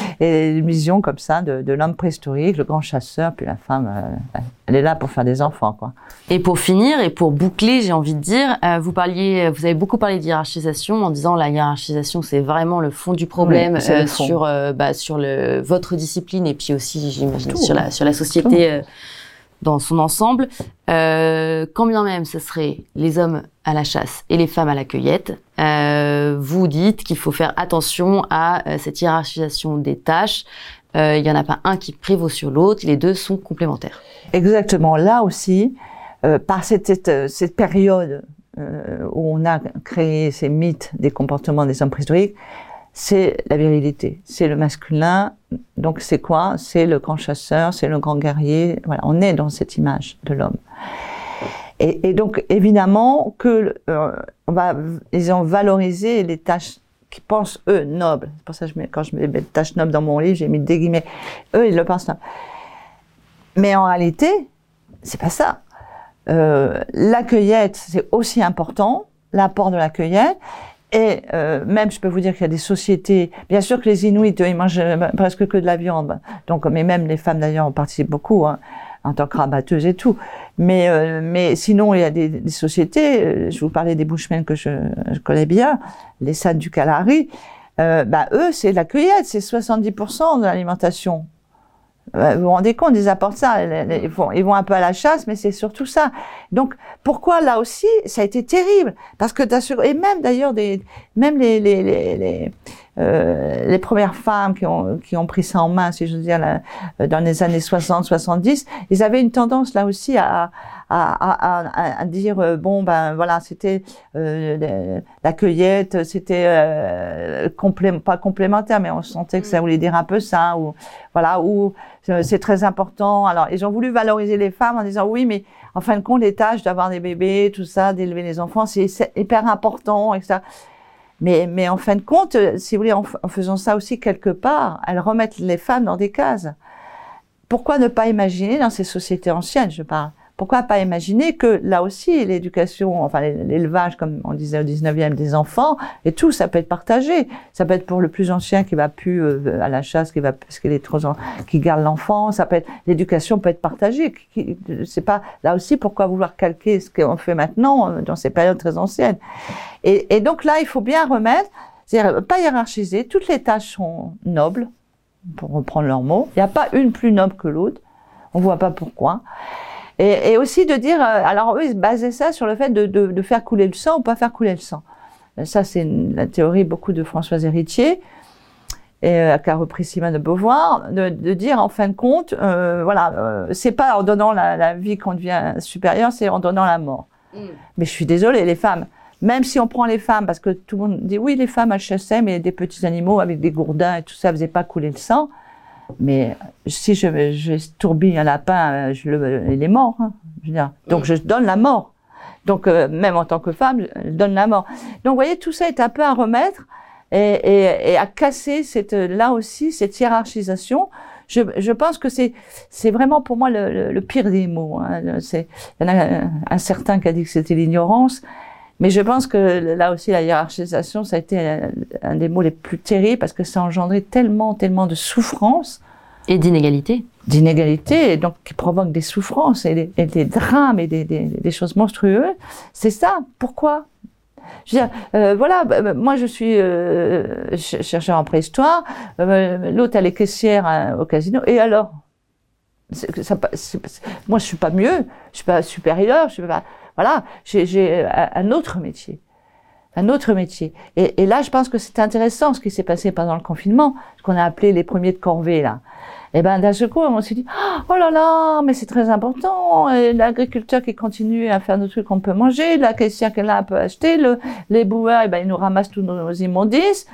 Et une vision comme ça de, de l'homme préhistorique, le grand chasseur, puis la femme, euh, elle est là pour faire des enfants, quoi. Et pour finir, et pour boucler, j'ai envie de dire, euh, vous parliez, vous avez beaucoup parlé de hiérarchisation en disant la hiérarchisation, c'est vraiment le fond du problème, oui, euh, fond. sur, euh, bah, sur le, votre discipline et puis aussi, j'imagine, Tout, sur la, sur la société euh, dans son ensemble. Euh, quand bien même ce serait les hommes à la chasse et les femmes à la cueillette, euh, vous dites qu'il faut faire attention à euh, cette hiérarchisation des tâches. Il euh, n'y en a pas un qui prévaut sur l'autre, les deux sont complémentaires. Exactement. Là aussi, euh, par cette, cette, cette période euh, où on a créé ces mythes des comportements des hommes préhistoriques, c'est la virilité, c'est le masculin. Donc c'est quoi? C'est le grand chasseur, c'est le grand guerrier. Voilà, on est dans cette image de l'homme. Et, et donc évidemment que euh, on va, ils ont valorisé les tâches qui pensent eux nobles. C'est pour ça que je mets, quand je mets les tâches nobles dans mon livre, j'ai mis des guillemets. Eux, ils le pensent noble. Mais en réalité, c'est pas ça. Euh, la cueillette, c'est aussi important, l'apport de la cueillette. Et euh, même, je peux vous dire qu'il y a des sociétés. Bien sûr que les Inuits, ils mangent presque que de la viande. Donc, mais même les femmes d'ailleurs, on participe beaucoup, hein, en tant que rabatteuses et tout. Mais, euh, mais sinon, il y a des, des sociétés. Je vous parlais des Bushmen que je, je connais bien, les San du Kalahari. Euh, bah eux, c'est la cueillette, c'est soixante-dix pour cent de l'alimentation. Vous vous rendez compte, ils apportent ça, ils vont, ils vont un peu à la chasse, mais c'est surtout ça. Donc, pourquoi là aussi, ça a été terrible, parce que et même d'ailleurs des, même les les les les, euh, les premières femmes qui ont qui ont pris ça en main, si je veux dire, là, dans les années soixante, soixante-dix, ils avaient une tendance là aussi à à à, à, à dire euh, bon ben voilà, c'était euh, la cueillette, c'était euh, complé pas complémentaire, mais on sentait que ça voulait dire un peu ça, ou voilà, ou c'est très important. Alors, ils ont voulu valoriser les femmes en disant oui, mais en fin de compte, les tâches d'avoir des bébés, tout ça, d'élever les enfants, c'est hyper important, et cetera. Mais, mais en fin de compte, si vous voulez, en, en faisant ça aussi quelque part, elles remettent les femmes dans des cases. Pourquoi ne pas imaginer dans ces sociétés anciennes, je parle, pourquoi pas imaginer que là aussi, l'éducation, enfin l'élevage, comme on disait au dix-neuvième, des enfants, et tout, ça peut être partagé. Ça peut être pour le plus ancien qui va plus euh, à la chasse, qui va parce qu'il est trop, qui garde l'enfant. Ça peut être, l'éducation peut être partagée. Qui, c'est pas là aussi pourquoi vouloir calquer ce qu'on fait maintenant dans ces périodes très anciennes. Et, et donc là, il faut bien remettre, c'est-à-dire pas hiérarchiser. Toutes les tâches sont nobles, pour reprendre leurs mots. Il n'y a pas une plus noble que l'autre. On voit pas pourquoi. Et, et aussi de dire, alors eux, ils basaient ça sur le fait de, de, de faire couler le sang ou pas faire couler le sang. Ça, c'est une, la théorie beaucoup de Françoise Héritier, et euh, qu'a repris Simone de Beauvoir, de, de dire en fin de compte, euh, voilà, euh, c'est pas en donnant la, la vie qu'on devient supérieur, c'est en donnant la mort. Mm. Mais je suis désolée, les femmes, même si on prend les femmes, parce que tout le monde dit oui, les femmes elles chassaient, mais des petits animaux avec des gourdins et tout ça, faisaient pas couler le sang. Mais si je, je tourbille un lapin, je le, il est mort. Hein, je veux dire. Donc je donne la mort. Donc euh, même en tant que femme, je donne la mort. Donc vous voyez, tout ça est un peu à remettre et, et, et à casser cette, là aussi cette hiérarchisation. Je, je pense que c'est, c'est vraiment pour moi le, le, le pire des mots. Hein. C'est, il y en a un, un certain qui a dit que c'était l'ignorance. Mais je pense que là aussi, la hiérarchisation, ça a été un, un des mots les plus terribles parce que ça a engendré tellement, tellement de souffrances. Et d'inégalités. D'inégalités, et donc qui provoquent des souffrances et des, et des drames et des, des, des choses monstrueuses. C'est ça. Pourquoi ? Je veux dire, euh, voilà, bah, moi je suis euh, chercheur en préhistoire, euh, l'autre elle est caissière hein, au casino, et alors c'est, ça, c'est, c'est, moi je suis pas mieux, je suis pas supérieure, je suis pas... Voilà, j'ai, j'ai un autre métier, un autre métier. Et, et là, je pense que c'est intéressant ce qui s'est passé pendant le confinement, ce qu'on a appelé les premiers de corvée, là. Et ben, d'un seul coup, on s'est dit, oh là là, mais c'est très important, et l'agriculteur qui continue à faire nos trucs qu'on peut manger, la caissière qui est là peut acheter, le, les boueurs, et ben, ils nous ramassent tous nos, nos immondices.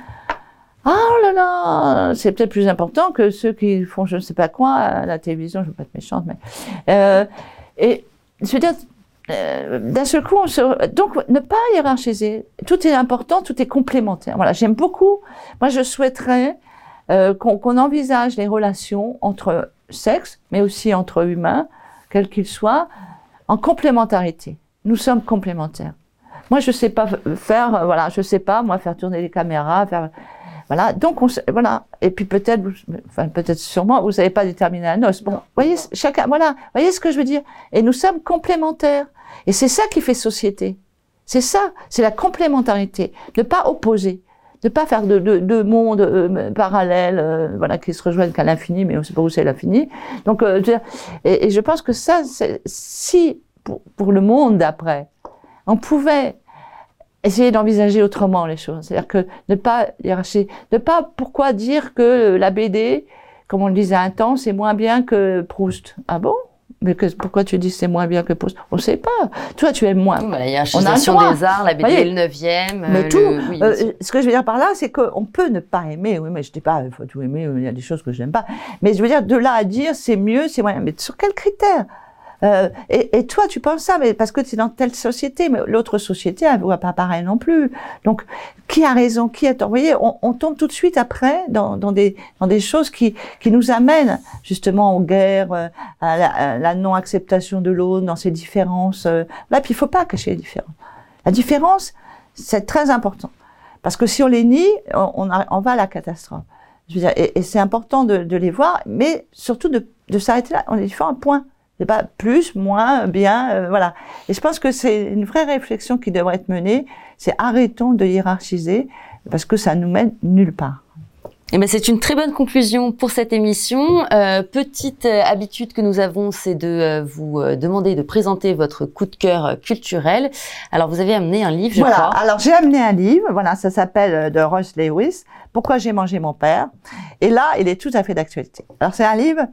Oh là là, c'est peut-être plus important que ceux qui font je ne sais pas quoi à la télévision, je veux pas être méchante, mais, euh, et, je veux dire, Euh, d'un seul coup, on se... donc ne pas hiérarchiser. Tout est important, tout est complémentaire. Voilà, j'aime beaucoup. Moi, je souhaiterais euh, qu'on, qu'on envisage les relations entre sexes, mais aussi entre humains, quels qu'ils soient, en complémentarité. Nous sommes complémentaires. Moi, je sais pas faire, euh, voilà, je sais pas, moi, faire tourner les caméras, faire, voilà. Donc, on, voilà. Et puis peut-être, enfin peut-être sûrement, vous savez pas déterminer la noce. Bon, voyez, chacun, voilà, voyez ce que je veux dire. Et nous sommes complémentaires. Et c'est ça qui fait société. C'est ça, c'est la complémentarité. Ne pas opposer, ne pas faire de, de, de mondes euh, parallèles, euh, voilà, qui se rejoignent qu'à l'infini, mais on ne sait pas où c'est l'infini. Donc, euh, je veux dire, et, et je pense que ça, c'est, si pour, pour le monde d'après, on pouvait essayer d'envisager autrement les choses, c'est-à-dire que ne pas hiérarchiser, ne pas pourquoi dire que la B D, comme on le disait un temps, c'est moins bien que Proust. Ah bon? Mais que, pourquoi tu dis que c'est moins bien que Proust? On ne sait pas. Toi, tu aimes moins. Bah, la hiérarchisation des arts, la B D est le neuvième. Mais euh, tout. Le... Oui, euh, ce que je veux dire par là, c'est qu'on peut ne pas aimer. Oui, mais je dis pas, il faut tout aimer. Il y a des choses que je n'aime pas. Mais je veux dire, de là à dire, c'est mieux, c'est moins. Mais sur quels critères? Euh, et, et toi, tu penses ça, mais parce que tu es dans telle société, mais l'autre société, elle ne voit pas pareil non plus. Donc, qui a raison, qui a tort? Vous voyez, on, on tombe tout de suite après dans, dans des dans des choses qui qui nous amènent justement aux guerres, euh, à la, à la non-acceptation de l'autre, dans ses différences. Euh. Là, puis il faut pas cacher les différences. La différence, c'est très important, parce que si on les nie, on, on, a, on va à la catastrophe. Je veux dire, et, et c'est important de, de les voir, mais surtout de, de s'arrêter là. On est différents, point. C'est pas plus, moins, bien, euh, voilà. Et je pense que c'est une vraie réflexion qui devrait être menée. C'est arrêtons de hiérarchiser parce que ça nous mène nulle part. Eh ben, c'est une très bonne conclusion pour cette émission. Euh, petite euh, habitude que nous avons, c'est de euh, vous euh, demander de présenter votre coup de cœur euh, culturel. Alors, vous avez amené un livre, je voilà. crois. Alors, j'ai amené un livre. Voilà, ça s'appelle euh, de Ross Lewis. Pourquoi j'ai mangé mon père. Et là, il est tout à fait d'actualité. Alors, c'est un livre.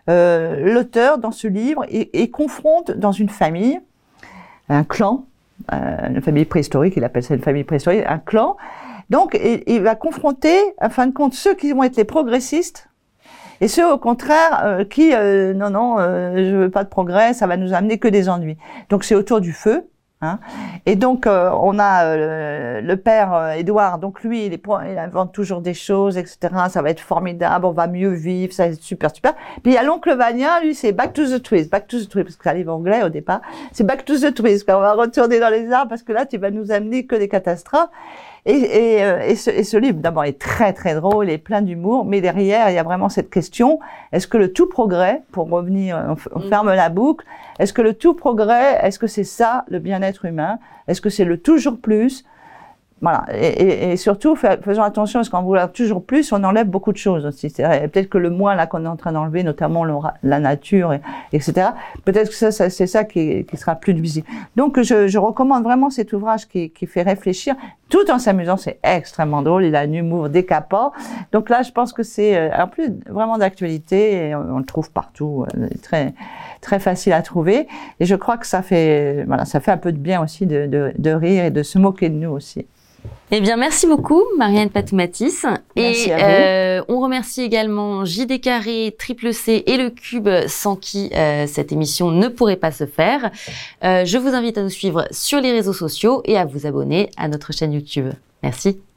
Euh, l'auteur dans ce livre il, il confronte dans une famille, un clan, euh, une famille préhistorique. Il appelle ça une famille préhistorique, un clan. Donc, il, il va confronter, en fin de compte, ceux qui vont être les progressistes et ceux, au contraire, euh, qui, euh, non, non, euh, je veux pas de progrès, ça va nous amener que des ennuis. Donc, c'est autour du feu. Hein. Et donc, euh, on a euh, le, le père euh, Édouard, donc lui, il, est, il invente toujours des choses, et cetera. Ça va être formidable, on va mieux vivre, ça va être super, super. Puis il y a l'oncle Vania, lui, c'est back to the twist, back to the twist, parce que ça livre anglais au départ. C'est back to the twist, on va retourner dans les arbres, parce que là, tu vas nous amener que des catastrophes. Et, et, et, ce, et ce livre, d'abord, est très, très drôle et plein d'humour, mais derrière, il y a vraiment cette question, est-ce que le tout progrès, pour revenir, on, on ferme la boucle, est-ce que le tout progrès, est-ce que c'est ça, le bien-être humain? Est-ce que c'est le toujours plus? Voilà. Et, et, et surtout, faisons attention, parce qu'en voulant toujours plus, on enlève beaucoup de choses aussi. C'est peut-être que le moins, là, qu'on est en train d'enlever, notamment le, la nature, et, etc., peut-être que ça, ça, c'est ça qui, qui sera plus visible. Donc, je, je recommande vraiment cet ouvrage qui, qui fait réfléchir, tout en s'amusant. C'est extrêmement drôle. Il a un humour décapant. Donc là, je pense que c'est, en plus, vraiment d'actualité, et on, on le trouve partout. Très, très facile à trouver. Et je crois que ça fait, voilà, ça fait un peu de bien aussi de, de, de rire et de se moquer de nous aussi. Eh bien, merci beaucoup, Marianne Patoumatis. Merci et à vous. Euh, on remercie également J D Carré, Triple C et Le Cube, sans qui euh, cette émission ne pourrait pas se faire. Euh, je vous invite à nous suivre sur les réseaux sociaux et à vous abonner à notre chaîne YouTube. Merci.